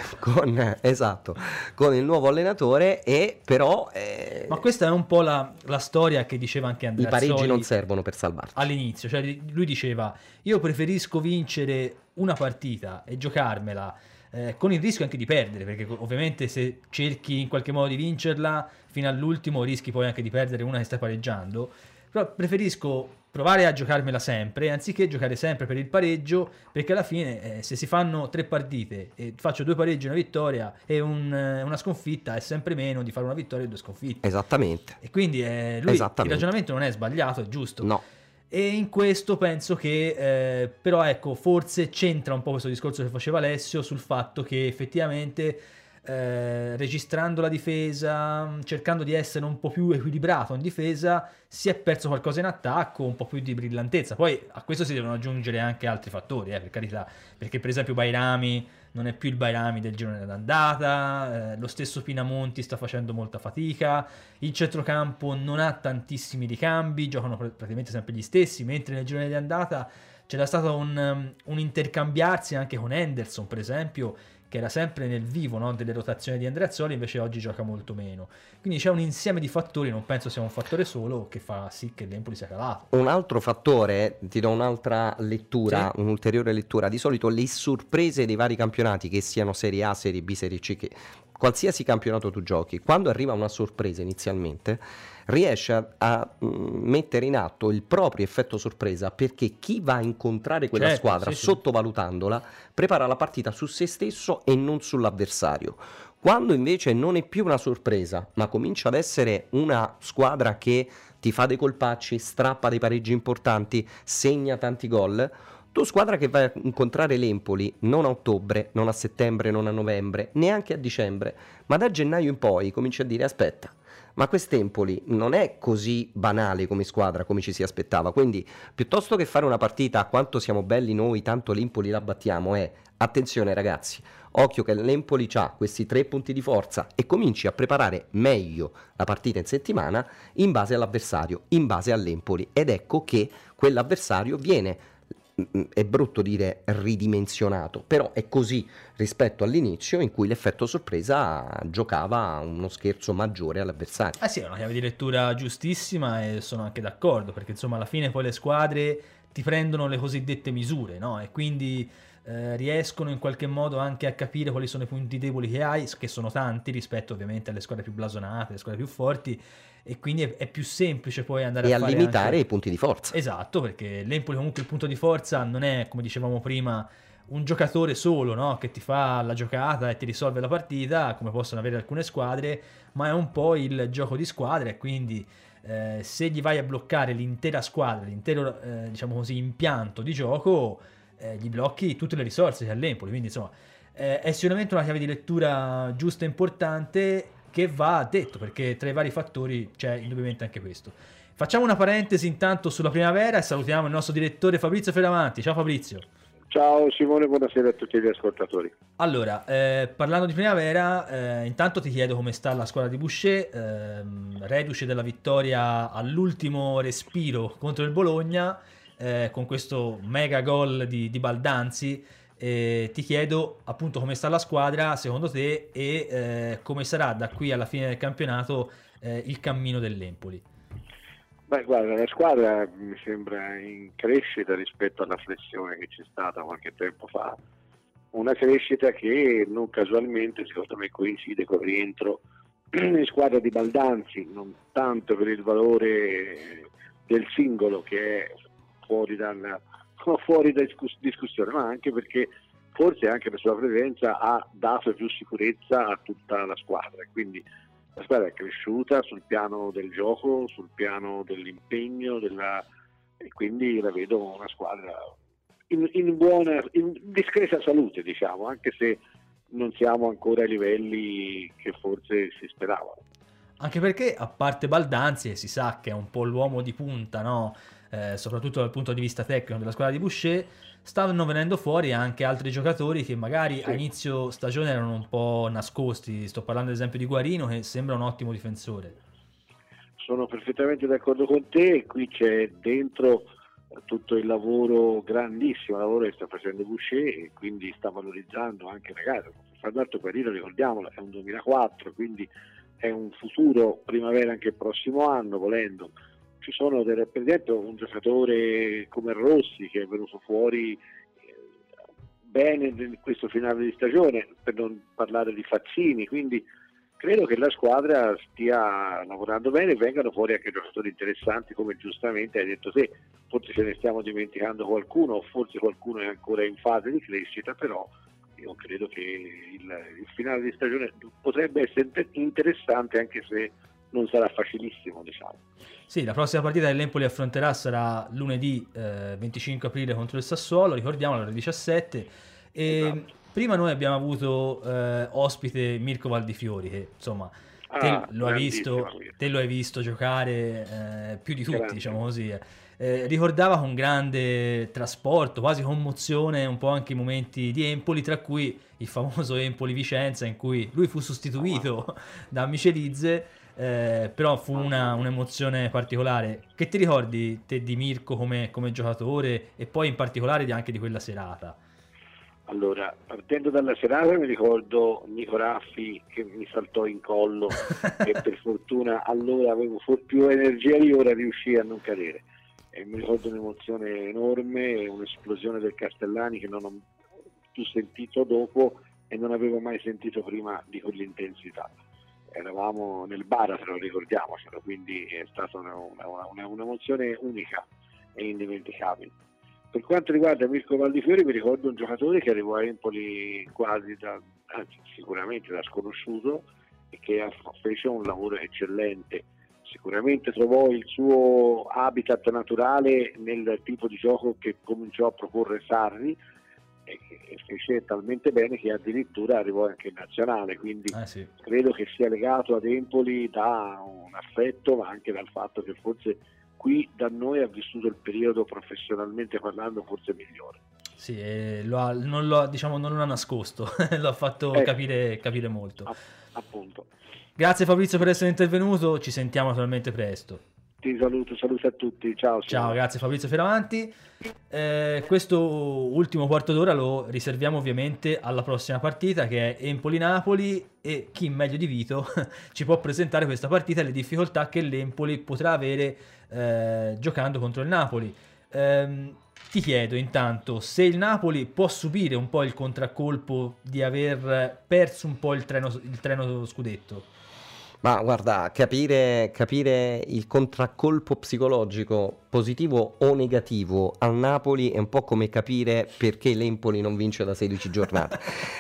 con il nuovo allenatore, e però ma questa è un po' la storia che diceva anche Andreazzoli. I pareggi non servono per salvarti all'inizio, cioè lui diceva: io preferisco vincere una partita e giocarmela con il rischio anche di perdere, perché ovviamente se cerchi in qualche modo di vincerla fino all'ultimo rischi poi anche di perdere una che stai pareggiando, però preferisco provare a giocarmela sempre anziché giocare sempre per il pareggio, perché alla fine se si fanno 3 partite e faccio 2 pareggi e una vittoria e una sconfitta, è sempre meno di fare una vittoria e 2 sconfitte. Esattamente. E quindi il ragionamento non è sbagliato, è giusto. No. E in questo penso che però ecco, forse c'entra un po' questo discorso che faceva Alessio sul fatto che effettivamente registrando la difesa, cercando di essere un po' più equilibrato in difesa, si è perso qualcosa in attacco, un po' più di brillantezza. Poi a questo si devono aggiungere anche altri fattori, per carità, perché per esempio Bairami non è più il Bairami del girone d'andata, lo stesso Pinamonti sta facendo molta fatica, il centrocampo non ha tantissimi ricambi, giocano praticamente sempre gli stessi, mentre nel girone di andata c'era stato un intercambiarsi anche con Henderson, per esempio, che era sempre nel vivo, no, delle rotazioni di Andreazzoli, invece oggi gioca molto meno. Quindi c'è un insieme di fattori, non penso sia un fattore solo, che fa sì che l'Empoli sia calato. Un altro fattore, ti do un'altra lettura, Sì. un'ulteriore lettura. Di solito le sorprese dei vari campionati, che siano Serie A, Serie B, Serie C, che qualsiasi campionato tu giochi, quando arriva una sorpresa inizialmente, riesce a mettere in atto il proprio effetto sorpresa, perché chi va a incontrare quella Certo, squadra, sì, sì. sottovalutandola, prepara la partita su se stesso e non sull'avversario. Quando invece non è più una sorpresa, ma comincia ad essere una squadra che ti fa dei colpacci, strappa dei pareggi importanti, segna tanti gol, tu squadra che vai a incontrare l'Empoli non a ottobre, non a settembre, non a novembre, neanche a dicembre, ma da gennaio in poi cominci a dire: aspetta, ma quest'Empoli non è così banale come squadra come ci si aspettava, quindi piuttosto che fare una partita a quanto siamo belli noi, tanto l'Empoli la battiamo, attenzione ragazzi, occhio che l'Empoli ha questi 3 punti di forza, e cominci a preparare meglio la partita in settimana in base all'avversario, in base all'Empoli, ed ecco che quell'avversario viene, è brutto dire ridimensionato, però è così rispetto all'inizio in cui l'effetto sorpresa giocava uno scherzo maggiore all'avversario. Sì, è una chiave di lettura giustissima e sono anche d'accordo, perché insomma alla fine poi le squadre ti prendono le cosiddette misure, no? E quindi riescono in qualche modo anche a capire quali sono i punti deboli che hai, che sono tanti rispetto ovviamente alle squadre più blasonate, alle squadre più forti, e quindi è più semplice poi andare E a a fare limitare anche... i punti di forza. Esatto, perché l'Empoli comunque il punto di forza non è, come dicevamo prima, un giocatore solo, no? Che ti fa la giocata e ti risolve la partita, come possono avere alcune squadre, ma è un po' il gioco di squadra, e quindi se gli vai a bloccare l'intera squadra, l'intero diciamo così impianto di gioco, gli blocchi tutte le risorse che ha l'Empoli. Quindi insomma è sicuramente una chiave di lettura giusta e importante, che va detto, perché tra i vari fattori c'è indubbiamente anche questo. Facciamo una parentesi intanto sulla primavera e salutiamo il nostro direttore Fabrizio Fioravanti. Ciao Fabrizio. Ciao Simone, buonasera a tutti gli ascoltatori. Allora, parlando di primavera, intanto ti chiedo come sta la squadra di Boucher, reduce della vittoria all'ultimo respiro contro il Bologna, con questo mega gol di Baldanzi. Ti chiedo appunto come sta la squadra secondo te, e come sarà da qui alla fine del campionato il cammino dell'Empoli. Beh, guarda, la squadra mi sembra in crescita rispetto alla flessione che c'è stata qualche tempo fa. Una crescita che non casualmente, secondo me, coincide con il rientro in squadra di Baldanzi, non tanto per il valore del singolo, che è fuori da discussione, ma anche perché forse anche la sua presenza ha dato più sicurezza a tutta la squadra. Quindi la squadra è cresciuta sul piano del gioco, sul piano dell'impegno, e quindi la vedo una squadra in discreta salute, diciamo, anche se non siamo ancora ai livelli che forse si speravano. Anche perché, a parte Baldanzi, si sa che è un po' l'uomo di punta, no? Soprattutto dal punto di vista tecnico della squadra di Boucher, stanno venendo fuori anche altri giocatori che magari a inizio stagione erano un po' nascosti. Sto parlando ad esempio di Guarino, che sembra un ottimo difensore. Sono perfettamente d'accordo con te, qui c'è dentro tutto il lavoro, grandissimo lavoro che sta facendo Boucher, e quindi sta valorizzando anche ragazzi. Fra l'altro Guarino, ricordiamolo, è un 2004, quindi è un futuro primavera anche il prossimo anno, volendo. Ci sono per esempio un giocatore come Rossi che è venuto fuori bene in questo finale di stagione, per non parlare di Fazzini, quindi credo che la squadra stia lavorando bene e vengano fuori anche giocatori interessanti, come giustamente hai detto te. Forse ce ne stiamo dimenticando qualcuno, o forse qualcuno è ancora in fase di crescita, però io credo che il finale di stagione potrebbe essere interessante, anche se non sarà facilissimo, diciamo. Sì, la prossima partita che l'Empoli affronterà sarà lunedì 25 aprile contro il Sassuolo, ricordiamo alle ore 17. E Esatto. prima noi abbiamo avuto ospite Mirko Valdifiori, che insomma te lo hai visto giocare più di tutti, Grande. diciamo così. Ricordava con grande trasporto, quasi commozione, un po' anche i momenti di Empoli, tra cui il famoso Empoli-Vicenza, in cui lui fu sostituito da Michelizze, però fu un'emozione particolare. Che ti ricordi te di Mirko come giocatore e poi in particolare anche di quella serata? Allora, partendo dalla serata mi ricordo Nico Raffi che mi saltò in collo e per fortuna allora avevo più energia di ora, riuscì a non cadere. E mi ricordo un'emozione enorme, un'esplosione del Castellani che non ho più sentito dopo e non avevo mai sentito prima di quell'intensità. Eravamo nel Baratro, ricordiamocelo, quindi è stata un'emozione unica e indimenticabile. Per quanto riguarda Mirko Valdifiori, mi ricordo un giocatore che arrivò a Empoli sicuramente da sconosciuto e che fece un lavoro eccellente. Sicuramente trovò il suo habitat naturale nel tipo di gioco che cominciò a proporre Sarri e fece talmente bene che addirittura arrivò anche in nazionale, quindi Sì. credo che sia legato ad Empoli da un affetto, ma anche dal fatto che forse qui da noi ha vissuto il periodo professionalmente parlando forse migliore. Sì, non lo ha nascosto, lo ha fatto capire molto. Appunto. Grazie Fabrizio per essere intervenuto, ci sentiamo naturalmente presto. Ti saluto a tutti, ciao. Ciao, grazie Fabrizio Fioravanti. Questo ultimo quarto d'ora lo riserviamo ovviamente alla prossima partita, che è Empoli-Napoli, e chi meglio di Vito ci può presentare questa partita e le difficoltà che l'Empoli potrà avere giocando contro il Napoli. Ti chiedo intanto se il Napoli può subire un po' il contraccolpo di aver perso un po' il treno scudetto. Ma guarda, capire il contraccolpo psicologico positivo o negativo al Napoli è un po' come capire perché l'Empoli non vince da 16 giornate.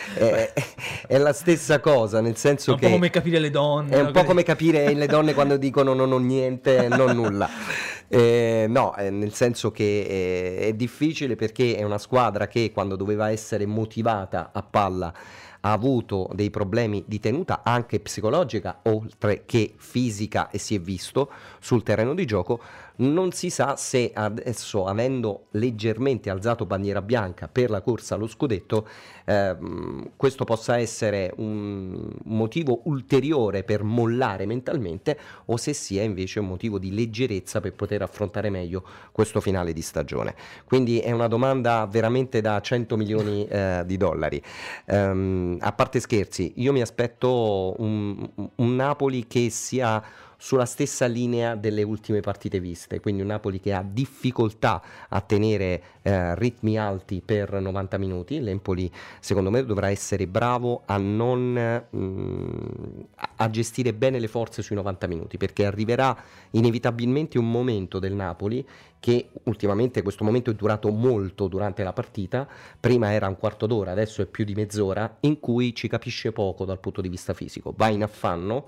È la stessa cosa, nel senso che... È un po' come capire le donne. È un po' come capire le donne quando dicono non ho niente, non nulla. No, nel senso che è difficile perché è una squadra che quando doveva essere motivata a palla ha avuto dei problemi di tenuta anche psicologica oltre che fisica, e si è visto sul terreno di gioco. Non si sa se adesso, avendo leggermente alzato bandiera bianca per la corsa allo scudetto, questo possa essere un motivo ulteriore per mollare mentalmente, o se sia invece un motivo di leggerezza per poter affrontare meglio questo finale di stagione. Quindi è una domanda veramente da 100 milioni di dollari. A parte scherzi, io mi aspetto un Napoli che sia sulla stessa linea delle ultime partite viste, quindi un Napoli che ha difficoltà a tenere ritmi alti per 90 minuti. L'Empoli secondo me dovrà essere bravo a non a gestire bene le forze sui 90 minuti, perché arriverà inevitabilmente un momento del Napoli che ultimamente questo momento è durato molto durante la partita, prima era un quarto d'ora, adesso è più di mezz'ora, in cui ci capisce poco dal punto di vista fisico, va in affanno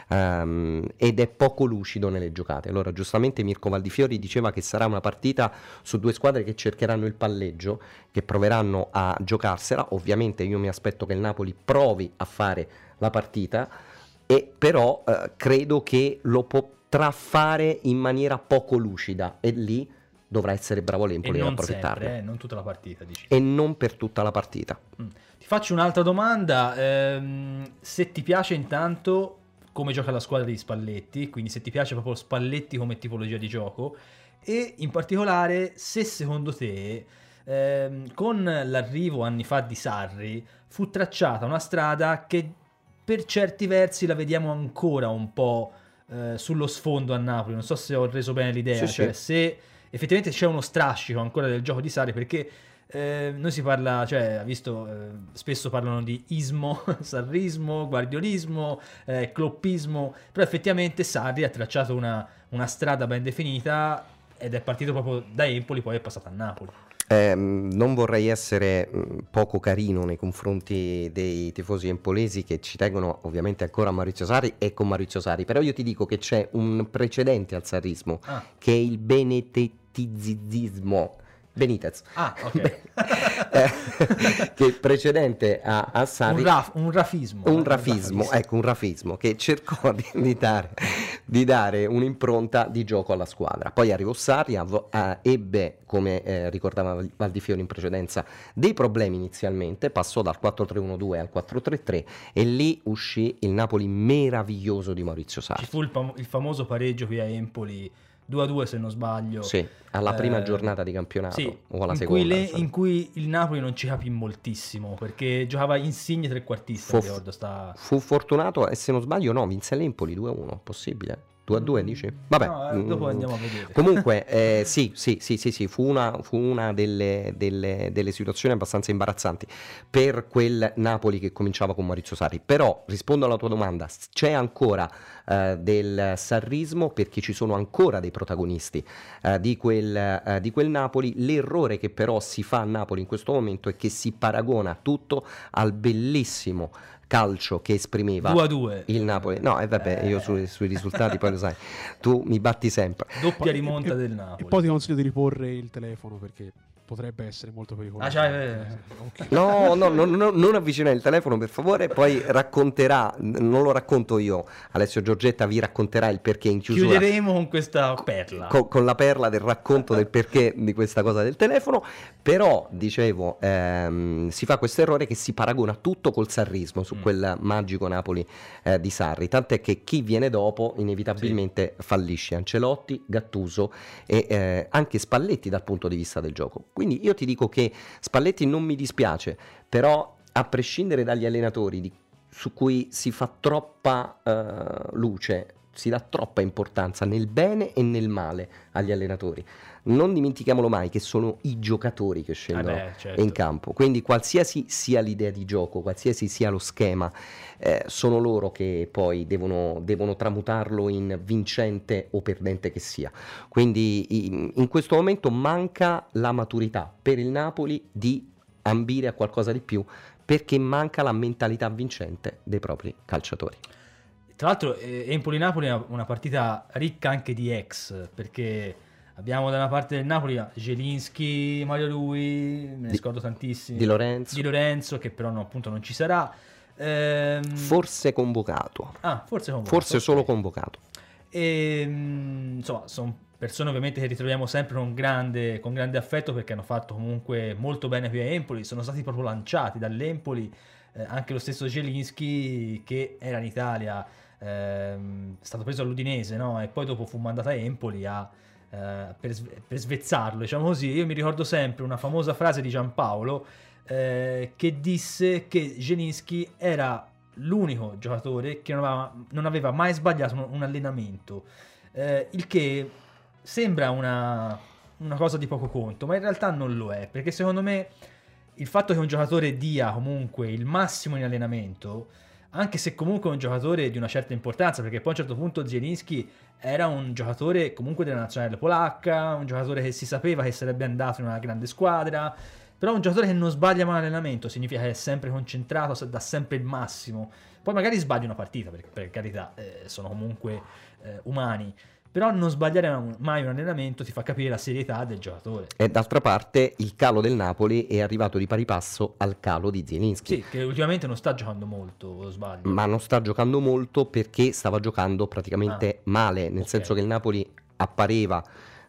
ed è poco lucido nelle giocate. Allora giustamente Mirko Valdifiori diceva che sarà una partita su due squadre che cercheranno il palleggio, che proveranno a giocarsela. Ovviamente io mi aspetto che il Napoli provi a fare la partita, e però credo che lo potrà fare in maniera poco lucida, e lì dovrà essere bravo l'Empoli ad approfittarne. Sempre, non tutta la partita, dici. E non per tutta la partita. Ti faccio un'altra domanda, se ti piace intanto come gioca la squadra di Spalletti, quindi se ti piace proprio Spalletti come tipologia di gioco, e in particolare se secondo te con l'arrivo anni fa di Sarri fu tracciata una strada che per certi versi la vediamo ancora un po' sullo sfondo a Napoli. Non so se ho reso bene l'idea, Sì, cioè sì. se effettivamente c'è uno strascico ancora del gioco di Sarri, perché noi si parla, cioè, ha visto, spesso parlano di ismo, sarrismo, guardiolismo, cloppismo, però effettivamente Sarri ha tracciato una strada ben definita ed è partito proprio da Empoli, poi è passato a Napoli. Non vorrei essere poco carino nei confronti dei tifosi empolesi che ci tengono ovviamente ancora a Maurizio Sarri e con Maurizio Sarri, però io ti dico che c'è un precedente al sarrismo, che è il benedettizismo. Benitez. Ah, ok. che precedente a Sarri, un rafismo, ecco, un rafismo che cercò di dare un'impronta di gioco alla squadra. Poi arrivò Sarri, ebbe, come ricordava Valdifiori in precedenza, dei problemi inizialmente, passò dal 4-3-1-2 al 4-3-3 e lì uscì il Napoli meraviglioso di Maurizio Sarri. Ci fu il famoso pareggio qui a Empoli 2-2 se non sbaglio, sì, alla prima giornata di campionato, sì, o alla seconda, in cui il Napoli non ci capì moltissimo perché giocava Insigne trequartista, fu fortunato e se non sbaglio vinse l'Empoli 2-1, possibile? 2-2 dici? Vabbè, no, dopo andiamo a vedere. Comunque sì, fu una delle situazioni abbastanza imbarazzanti per quel Napoli che cominciava con Maurizio Sarri. Però rispondo alla tua domanda, c'è ancora del sarrismo perché ci sono ancora dei protagonisti di quel Napoli. L'errore che però si fa a Napoli in questo momento è che si paragona tutto al bellissimo calcio che esprimeva 2-2 il Napoli. No, e vabbè, io sui risultati poi lo sai, tu mi batti sempre. Doppia rimonta del Napoli. E poi ti consiglio di riporre il telefono perché potrebbe essere molto pericoloso. Okay. No, non avvicinare il telefono per favore, poi racconterà, non lo racconto io, Alessio Giorgetta vi racconterà il perché in chiusura. Chiuderemo con questa perla. Con la perla del racconto del perché di questa cosa del telefono, però dicevo, si fa questo errore che si paragona tutto col sarrismo su quel magico Napoli di Sarri, tant'è che chi viene dopo inevitabilmente fallisce, Ancelotti, Gattuso e anche Spalletti dal punto di vista del gioco. Quindi io ti dico che Spalletti non mi dispiace, però a prescindere dagli allenatori su cui si fa troppa luce, si dà troppa importanza nel bene e nel male agli allenatori. Non dimentichiamolo mai che sono i giocatori che scendono in campo, quindi qualsiasi sia l'idea di gioco, qualsiasi sia lo schema, sono loro che poi devono tramutarlo in vincente o perdente che sia. Quindi in questo momento manca la maturità per il Napoli di ambire a qualcosa di più, perché manca la mentalità vincente dei propri calciatori. Tra l'altro Empoli-Napoli è una partita ricca anche di ex, perché abbiamo da una parte del Napoli Zielinski, Mario Rui, me ne scordo tantissimi, Di Lorenzo che però appunto non ci sarà, forse convocato, forse solo convocato, e insomma sono persone ovviamente che ritroviamo sempre con grande affetto, perché hanno fatto comunque molto bene qui a Empoli, sono stati proprio lanciati dall'Empoli, anche lo stesso Zielinski che era in Italia, è stato preso all'Udinese, no? E poi dopo fu mandato a Empoli per svezzarlo, diciamo così. Io mi ricordo sempre una famosa frase di Giampaolo che disse che Zielinski era l'unico giocatore che non aveva mai sbagliato un allenamento, il che sembra una cosa di poco conto, ma in realtà non lo è, perché secondo me il fatto che un giocatore dia comunque il massimo in allenamento, anche se comunque è un giocatore di una certa importanza, perché poi a un certo punto Zielinski era un giocatore comunque della nazionale polacca, un giocatore che si sapeva che sarebbe andato in una grande squadra, però un giocatore che non sbaglia mai l'allenamento significa che è sempre concentrato, dà sempre il massimo. Poi magari sbaglia una partita, perché per carità sono comunque umani, però non sbagliare mai un allenamento ti fa capire la serietà del giocatore. E d'altra parte il calo del Napoli è arrivato di pari passo al calo di Zielinski. Sì, che ultimamente non sta giocando molto, sbaglio. Ma non sta giocando molto perché stava giocando praticamente male, nel senso che il Napoli appareva...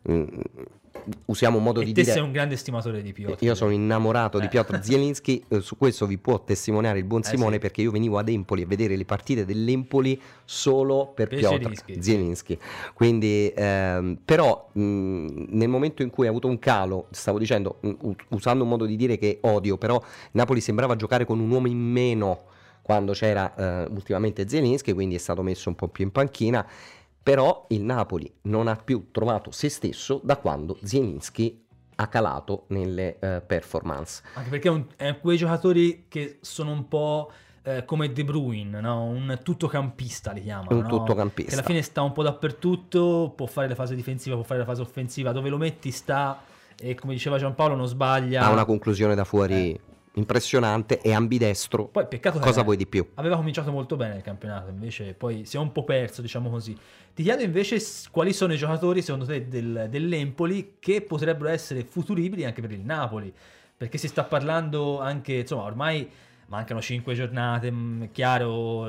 usiamo un modo di dire. Te sei un grande stimatore di Piotr. Io sono innamorato di Piotr Zielinski, su questo vi può testimoniare il buon Simone, sì. Perché io venivo ad Empoli a vedere le partite dell'Empoli solo per Piotr Zielinski. Quindi però nel momento in cui ha avuto un calo, stavo dicendo, usando un modo di dire che odio, però Napoli sembrava giocare con un uomo in meno quando c'era ultimamente Zielinski, quindi è stato messo un po' più in panchina. Però il Napoli non ha più trovato se stesso da quando Zielinski ha calato nelle performance. Anche perché è quei giocatori che sono un po' come De Bruyne, no? Un tuttocampista li chiamano. Un tuttocampista. Che alla fine sta un po' dappertutto, può fare la fase difensiva, può fare la fase offensiva, dove lo metti sta, e come diceva Giampaolo non sbaglia. Ha una conclusione da fuori impressionante, è ambidestro. Poi peccato cosa vuoi di più? Aveva cominciato molto bene il campionato, invece poi si è un po' perso, diciamo così. Ti chiedo invece quali sono i giocatori secondo te dell'Empoli che potrebbero essere futuribili anche per il Napoli, perché si sta parlando anche, insomma, ormai mancano 5 giornate, è chiaro,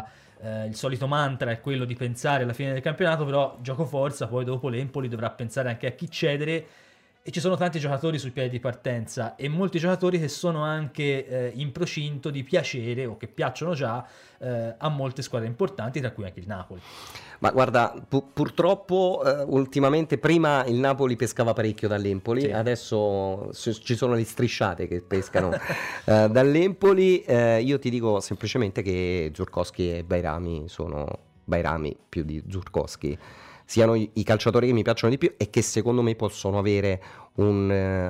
il solito mantra è quello di pensare alla fine del campionato, però gioco forza, poi dopo l'Empoli dovrà pensare anche a chi cedere, e ci sono tanti giocatori sul piede di partenza e molti giocatori che sono anche in procinto di piacere o che piacciono già a molte squadre importanti, tra cui anche il Napoli. Ma guarda, purtroppo ultimamente prima il Napoli pescava parecchio dall'Empoli, Sì. adesso ci sono le strisciate che pescano dall'Empoli. Io ti dico semplicemente che Żurkowski e Bajrami sono Bajrami più di Żurkowski, siano i calciatori che mi piacciono di più e che secondo me possono avere un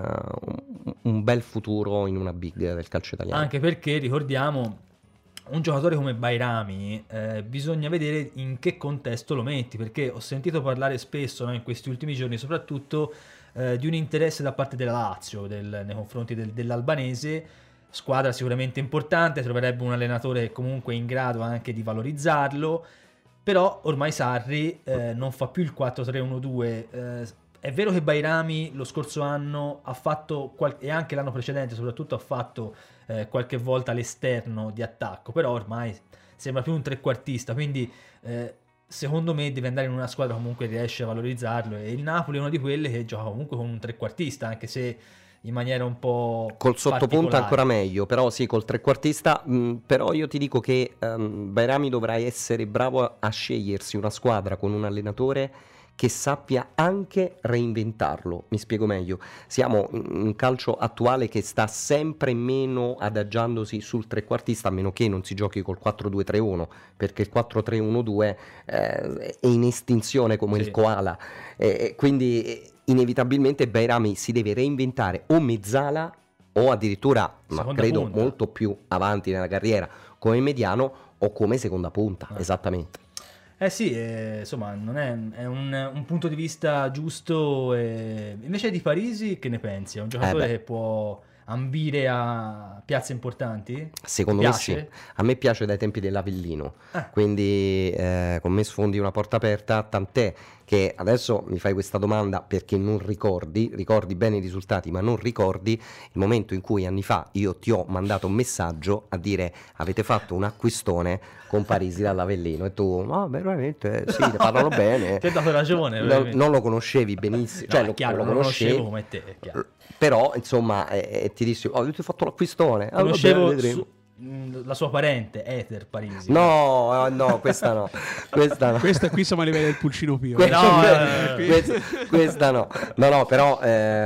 bel futuro in una big del calcio italiano. Anche perché, ricordiamo, un giocatore come Bajrami bisogna vedere in che contesto lo metti, perché ho sentito parlare spesso, no, in questi ultimi giorni soprattutto di un interesse da parte della Lazio nei confronti dell'albanese, squadra sicuramente importante, troverebbe un allenatore comunque in grado anche di valorizzarlo, però ormai Sarri non fa più il 4-3-1-2. È vero che Bajrami lo scorso anno ha fatto, e anche l'anno precedente soprattutto, ha fatto qualche volta l'esterno di attacco, però ormai sembra più un trequartista, quindi secondo me deve andare in una squadra che comunque riesce a valorizzarlo, e il Napoli è una di quelle che gioca comunque con un trequartista, anche se in maniera un po' col sottopunto particolare. ancora meglio, però sì, col trequartista. Però io ti dico che Bajrami dovrà essere bravo a scegliersi una squadra con un allenatore che sappia anche reinventarlo. Mi spiego meglio: siamo in un calcio attuale che sta sempre meno adagiandosi sul trequartista, a meno che non si giochi col 4-2-3-1, perché il 4-3-1-2 è in estinzione come Sì. il koala, quindi inevitabilmente Bajrami si deve reinventare o mezzala o addirittura, ma Seconda credo punta. molto più avanti nella carriera, come mediano o come seconda punta. Esattamente. Sì, insomma, non è un punto di vista giusto. Invece di Parisi, che ne pensi? È un giocatore beh. che può ambire a piazze importanti? Secondo Ti me piace? sì, a me piace dai tempi dell'Avellino, Ah. quindi con me sfondi una porta aperta, tant'è che adesso mi fai questa domanda perché non ricordi bene i risultati, ma non ricordi il momento in cui anni fa io ti ho mandato un messaggio a dire: avete fatto un acquistone con Parisi dall'Avellino, e tu no, veramente sì, ne parlano bene. Ti ho dato ragione. Non lo conoscevi benissimo, No, cioè è chiaro, lo non lo conoscevi, conoscevo come te, è chiaro. però insomma ti dissi: oh, avete fatto l'acquistone. Ah, Conoscevo vabbè, vedremo. la sua parente, Ether Parisi. No, questa no. Questa no. Questa qui siamo a livello del pulcino Pio. Questa no. No, però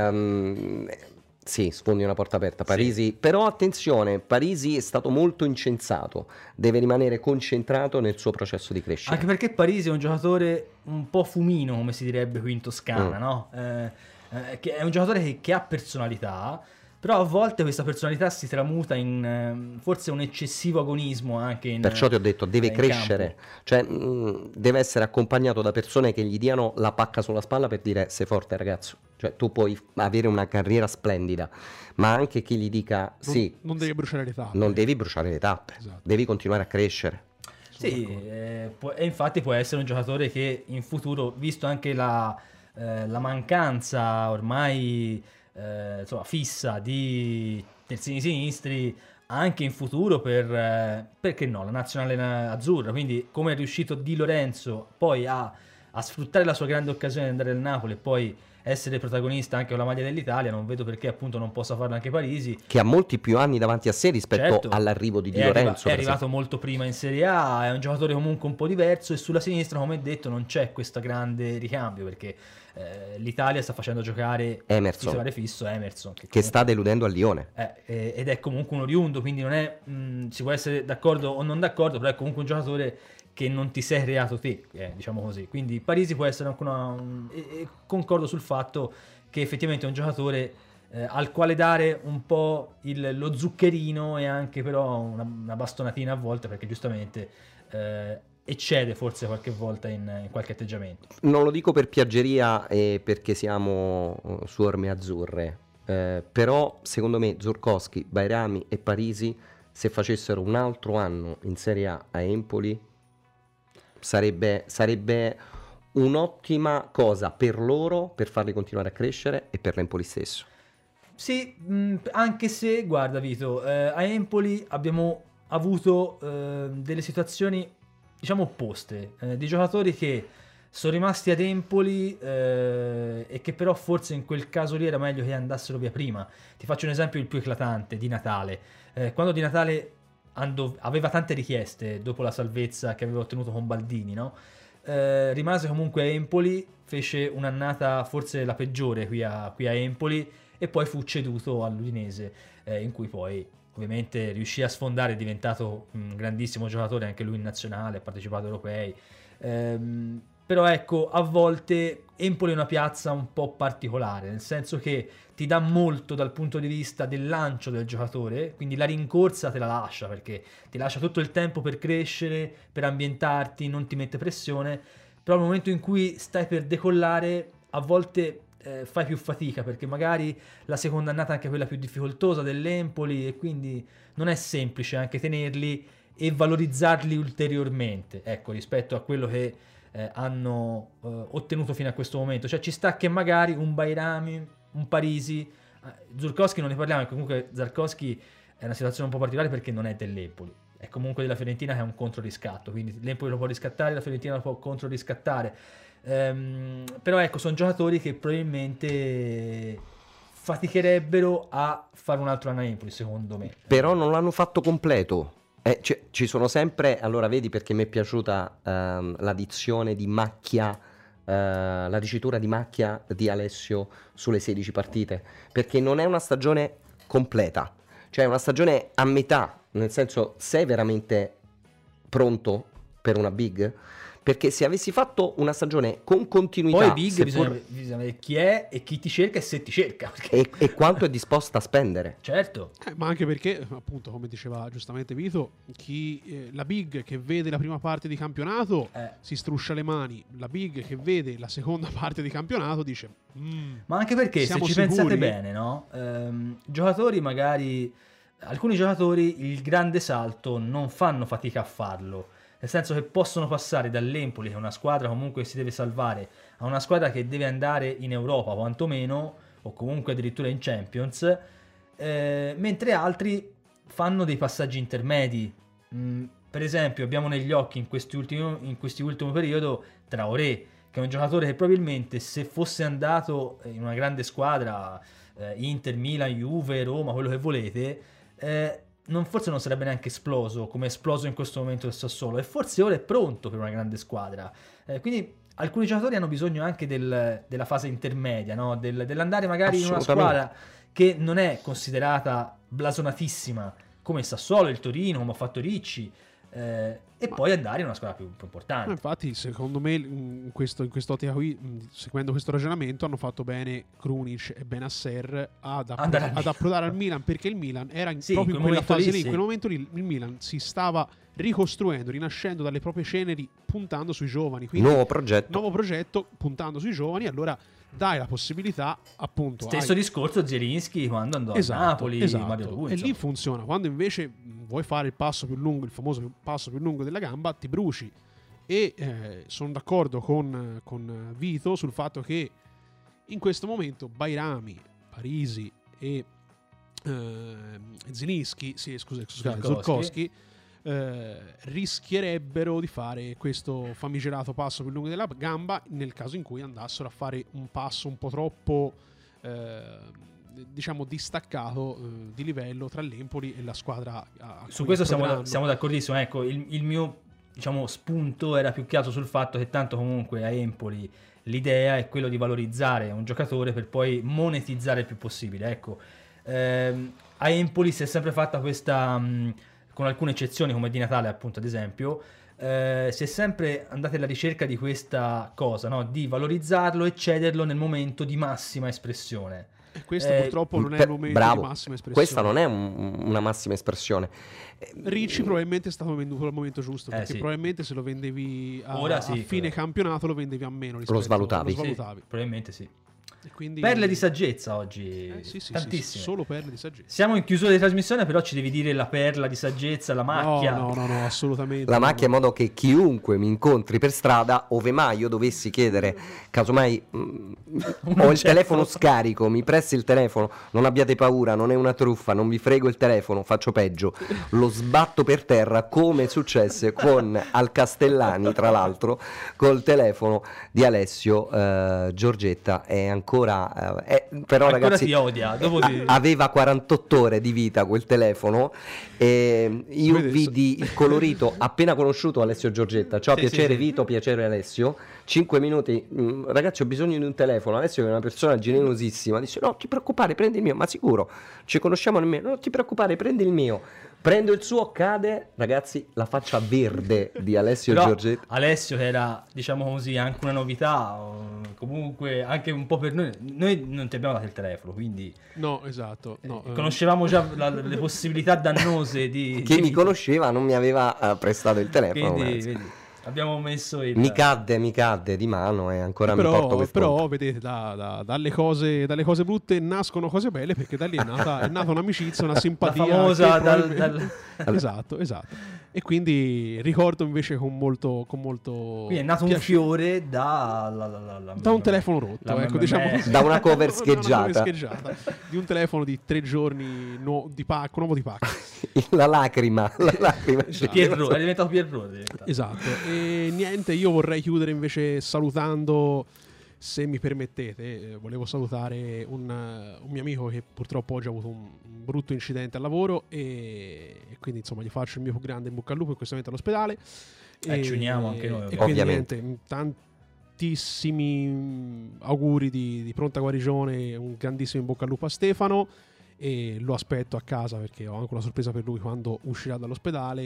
sì, sfondi una porta aperta. Parisi, però attenzione, Parisi è stato molto incensato, deve rimanere concentrato nel suo processo di crescita. Anche perché Parisi è un giocatore un po' fumino, come si direbbe qui in Toscana, no? Che è un giocatore che ha personalità, però a volte questa personalità si tramuta in forse un eccessivo agonismo anche Perciò ti ho detto, deve in crescere, cioè deve essere accompagnato da persone che gli diano la pacca sulla spalla per dire: sei forte ragazzo, cioè tu puoi avere una carriera splendida, ma anche chi gli dica sì, Non devi bruciare le tappe. non devi bruciare le tappe, Esatto. devi continuare a crescere. Sì, e infatti può essere un giocatore che in futuro, visto anche la mancanza ormai insomma, fissa di terzini sinistri, anche in futuro perché no, la nazionale azzurra. Quindi come è riuscito Di Lorenzo poi a sfruttare la sua grande occasione di andare al Napoli e poi essere protagonista anche con la maglia dell'Italia, non vedo perché appunto non possa farlo anche Parisi. Che ha molti più anni davanti a sé rispetto Certo, all'arrivo di Di è Lorenzo. è per arrivato molto prima in Serie A, è un giocatore comunque un po' diverso, e sulla sinistra, come detto, non c'è questo grande ricambio, perché l'Italia sta facendo giocare Emerson. titolare fisso Emerson, che sta deludendo al Lione. ed è comunque un oriundo, quindi non è si può essere d'accordo o non d'accordo, però è comunque un giocatore che non ti sei creato te, diciamo così. Quindi Parisi può essere anche e concordo sul fatto che effettivamente è un giocatore al quale dare un po' lo zuccherino, e anche però una bastonatina a volte, perché giustamente eccede forse qualche volta in qualche atteggiamento. Non lo dico per piaggeria e perché siamo su Orme Azzurre, però secondo me Żurkowski, Bajrami e Parisi, se facessero un altro anno in Serie A Empoli, sarebbe un'ottima cosa per loro, per farli continuare a crescere, e per l'Empoli stesso. Sì, anche se, guarda Vito, a Empoli abbiamo avuto delle situazioni, diciamo, opposte, di giocatori che sono rimasti ad Empoli e che però forse in quel caso lì era meglio che andassero via prima. Ti faccio un esempio il più eclatante, Di Natale. Quando Di Natale aveva tante richieste dopo la salvezza che aveva ottenuto con Baldini, no? Rimase comunque a Empoli, fece un'annata forse la peggiore qui a Empoli e poi fu ceduto all'Udinese, in cui poi ovviamente riuscì a sfondare, è diventato un grandissimo giocatore anche lui in nazionale, ha partecipato ai europei. Però ecco, a volte Empoli è una piazza un po' particolare, nel senso che ti dà molto dal punto di vista del lancio del giocatore, quindi la rincorsa te la lascia, perché ti lascia tutto il tempo per crescere, per ambientarti, non ti mette pressione, però al momento in cui stai per decollare, a volte fai più fatica, perché magari la seconda annata è anche quella più difficoltosa dell'Empoli, e quindi non è semplice anche tenerli e valorizzarli ulteriormente, ecco, rispetto a quello che hanno ottenuto fino a questo momento. Cioè ci sta che magari un Bairami, un Parisi, Żurkowski non ne parliamo, comunque Żurkowski è una situazione un po' particolare perché non è dell'Empoli, è comunque della Fiorentina, che è un controriscatto, quindi l'Empoli lo può riscattare, la Fiorentina lo può controriscattare, però ecco, sono giocatori che probabilmente faticherebbero a fare un altro anno a Empoli, secondo me. Però non l'hanno fatto completo. Ci sono sempre, allora vedi perché mi è piaciuta la dizione di Macchia, la dicitura di Macchia di Alessio sulle 16 partite, perché non è una stagione completa, cioè è una stagione a metà, nel senso, sei veramente pronto per una big? Perché se avessi fatto una stagione con continuità, poi big bisogna vedere chi è e chi ti cerca e se ti cerca, perché... e quanto è disposta a spendere. Certo. Ma anche perché, appunto, come diceva giustamente Vito, la big che vede la prima parte di campionato si struscia le mani, la big che vede la seconda parte di campionato dice ma anche perché se ci pensate bene, no? Giocatori magari, alcuni giocatori il grande salto non fanno fatica a farlo, nel senso che possono passare dall'Empoli, che è una squadra comunque che si deve salvare, a una squadra che deve andare in Europa quantomeno, o comunque addirittura in Champions, mentre altri fanno dei passaggi intermedi. Per esempio abbiamo negli occhi in quest'ultimo periodo Traoré, che è un giocatore che probabilmente se fosse andato in una grande squadra, Inter, Milan, Juve, Roma, quello che volete, forse non sarebbe neanche esploso come è esploso in questo momento il Sassuolo, e forse ora è pronto per una grande squadra. Quindi alcuni giocatori hanno bisogno anche della fase intermedia, no? Dell'andare magari in una squadra che non è considerata blasonatissima come il Sassuolo, il Torino, come ha fatto Ricci, e poi andare in una squadra più importante. Infatti, secondo me, in quest'ottica qui, seguendo questo ragionamento, hanno fatto bene Krunic e Benasser ad approdare al Milan, perché il Milan era proprio in quella fase lì. In quel momento lì il Milan si stava ricostruendo, rinascendo dalle proprie ceneri, puntando sui giovani. Quindi, nuovo progetto, puntando sui giovani. Allora dai la possibilità, appunto, stesso discorso Zielinski quando andò a Napoli, Mario Rui, e lì funziona. Quando invece vuoi fare il passo più lungo, il famoso passo più lungo della gamba, ti bruci. E sono d'accordo con Vito sul fatto che in questo momento Bairami, Parisi e Zielinski, Żurkowski, rischierebbero di fare questo famigerato passo più lungo della gamba nel caso in cui andassero a fare un passo un po' troppo diciamo distaccato di livello tra l'Empoli e la squadra su questo siamo d'accordissimo. Ecco, il mio, diciamo, spunto era più che altro sul fatto che tanto comunque a Empoli l'idea è quello di valorizzare un giocatore per poi monetizzare il più possibile. Ecco, a Empoli si è sempre fatta questa, con alcune eccezioni come Di Natale appunto ad esempio, si è sempre andati alla ricerca di questa cosa, no? Di valorizzarlo e cederlo nel momento di massima espressione. Questo purtroppo non è il momento di massima espressione. Questa non è una massima espressione. Ricci probabilmente è stato venduto al momento giusto, perché probabilmente se lo vendevi a fine campionato lo vendevi a meno rispetto, lo svalutavi. Sì, probabilmente sì. E quindi... Perle di saggezza oggi, sì, tantissime. Solo perle di saggezza. Siamo in chiusura di trasmissione, però ci devi dire la perla di saggezza, la macchia. No, assolutamente. La macchia in modo che chiunque mi incontri per strada, ove mai io dovessi chiedere, casomai ho il telefono scarico, mi presti il telefono, non abbiate paura, non è una truffa, non vi frego il telefono, faccio peggio, lo sbatto per terra come successe con Al Castellani, tra l'altro, col telefono di Alessio. Giorgetta è ancora però ancora ragazzi ti odia, aveva 48 ore di vita quel telefono e io vidi il colorito appena conosciuto Alessio Giorgetta. Ciao, piacere Vito, piacere Alessio. 5 minuti, ragazzi ho bisogno di un telefono. Alessio è una persona generosissima, dice no ti preoccupare, prendi il mio. Ma sicuro, ci conosciamo nemmeno, non ti preoccupare, prendi il mio. Prendo il suo, cade, ragazzi, la faccia verde di Alessio Giorgetta. Alessio era, diciamo così, anche una novità, comunque anche un po' per noi. Noi non ti abbiamo dato il telefono, quindi... No, esatto. No, conoscevamo già le possibilità dannose di... Chi mi conosceva non mi aveva prestato il telefono. Quindi, vedi, abbiamo messo il... Mi cadde di mano e ancora mi porto questo. Però vedete, dalle cose brutte nascono cose belle, perché da lì è nata un'amicizia, una simpatia. La famosa Esatto. E quindi ricordo invece con molto quindi è nato piacere. un fiore da un telefono rotto, ecco, diciamo così. Da una cover scheggiata. Di un telefono di 3 giorni nuovo di pacco. La lacrima Pierrot, è diventato Pierrot. Esatto. E niente, io vorrei chiudere invece salutando, se mi permettete, volevo salutare un mio amico che purtroppo oggi ha avuto un brutto incidente al lavoro e quindi insomma gli faccio il mio più grande in bocca al lupo in questo momento all'ospedale. Ci uniamo anche noi, e ovviamente. Quindi, niente, tantissimi auguri di pronta guarigione, un grandissimo in bocca al lupo a Stefano e lo aspetto a casa perché ho anche una sorpresa per lui quando uscirà dall'ospedale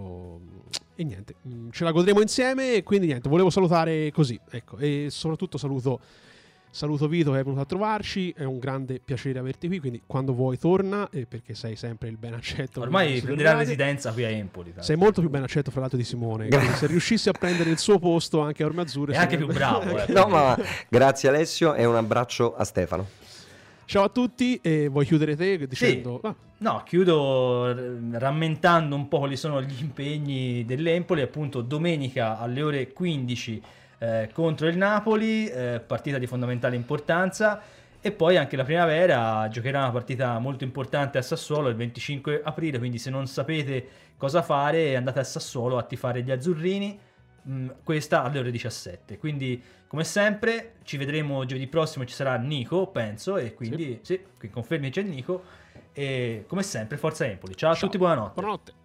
e niente, ce la godremo insieme e quindi niente, volevo salutare così, ecco, e soprattutto saluto Vito che è venuto a trovarci, è un grande piacere averti qui, quindi quando vuoi torna perché sei sempre il ben accetto. Ormai prenderà residenza qui a Empoli. Tanto. Sei molto più ben accetto fra l'altro di Simone, quindi se riuscissi a prendere il suo posto anche a Orme Azzurre è anche più bravo. No, ma grazie Alessio e un abbraccio a Stefano. Ciao a tutti, e vuoi chiudere te dicendo... Sì. No, chiudo rammentando un po' quali sono gli impegni dell'Empoli, appunto domenica alle ore 15 contro il Napoli, partita di fondamentale importanza, e poi anche la primavera giocherà una partita molto importante a Sassuolo il 25 aprile, quindi se non sapete cosa fare andate a Sassuolo a tifare gli azzurrini, questa alle ore 17, quindi come sempre ci vedremo giovedì prossimo, ci sarà Nico penso, e quindi sì qui confermi c'è Nico, e come sempre forza Empoli. Ciao a tutti, buonanotte.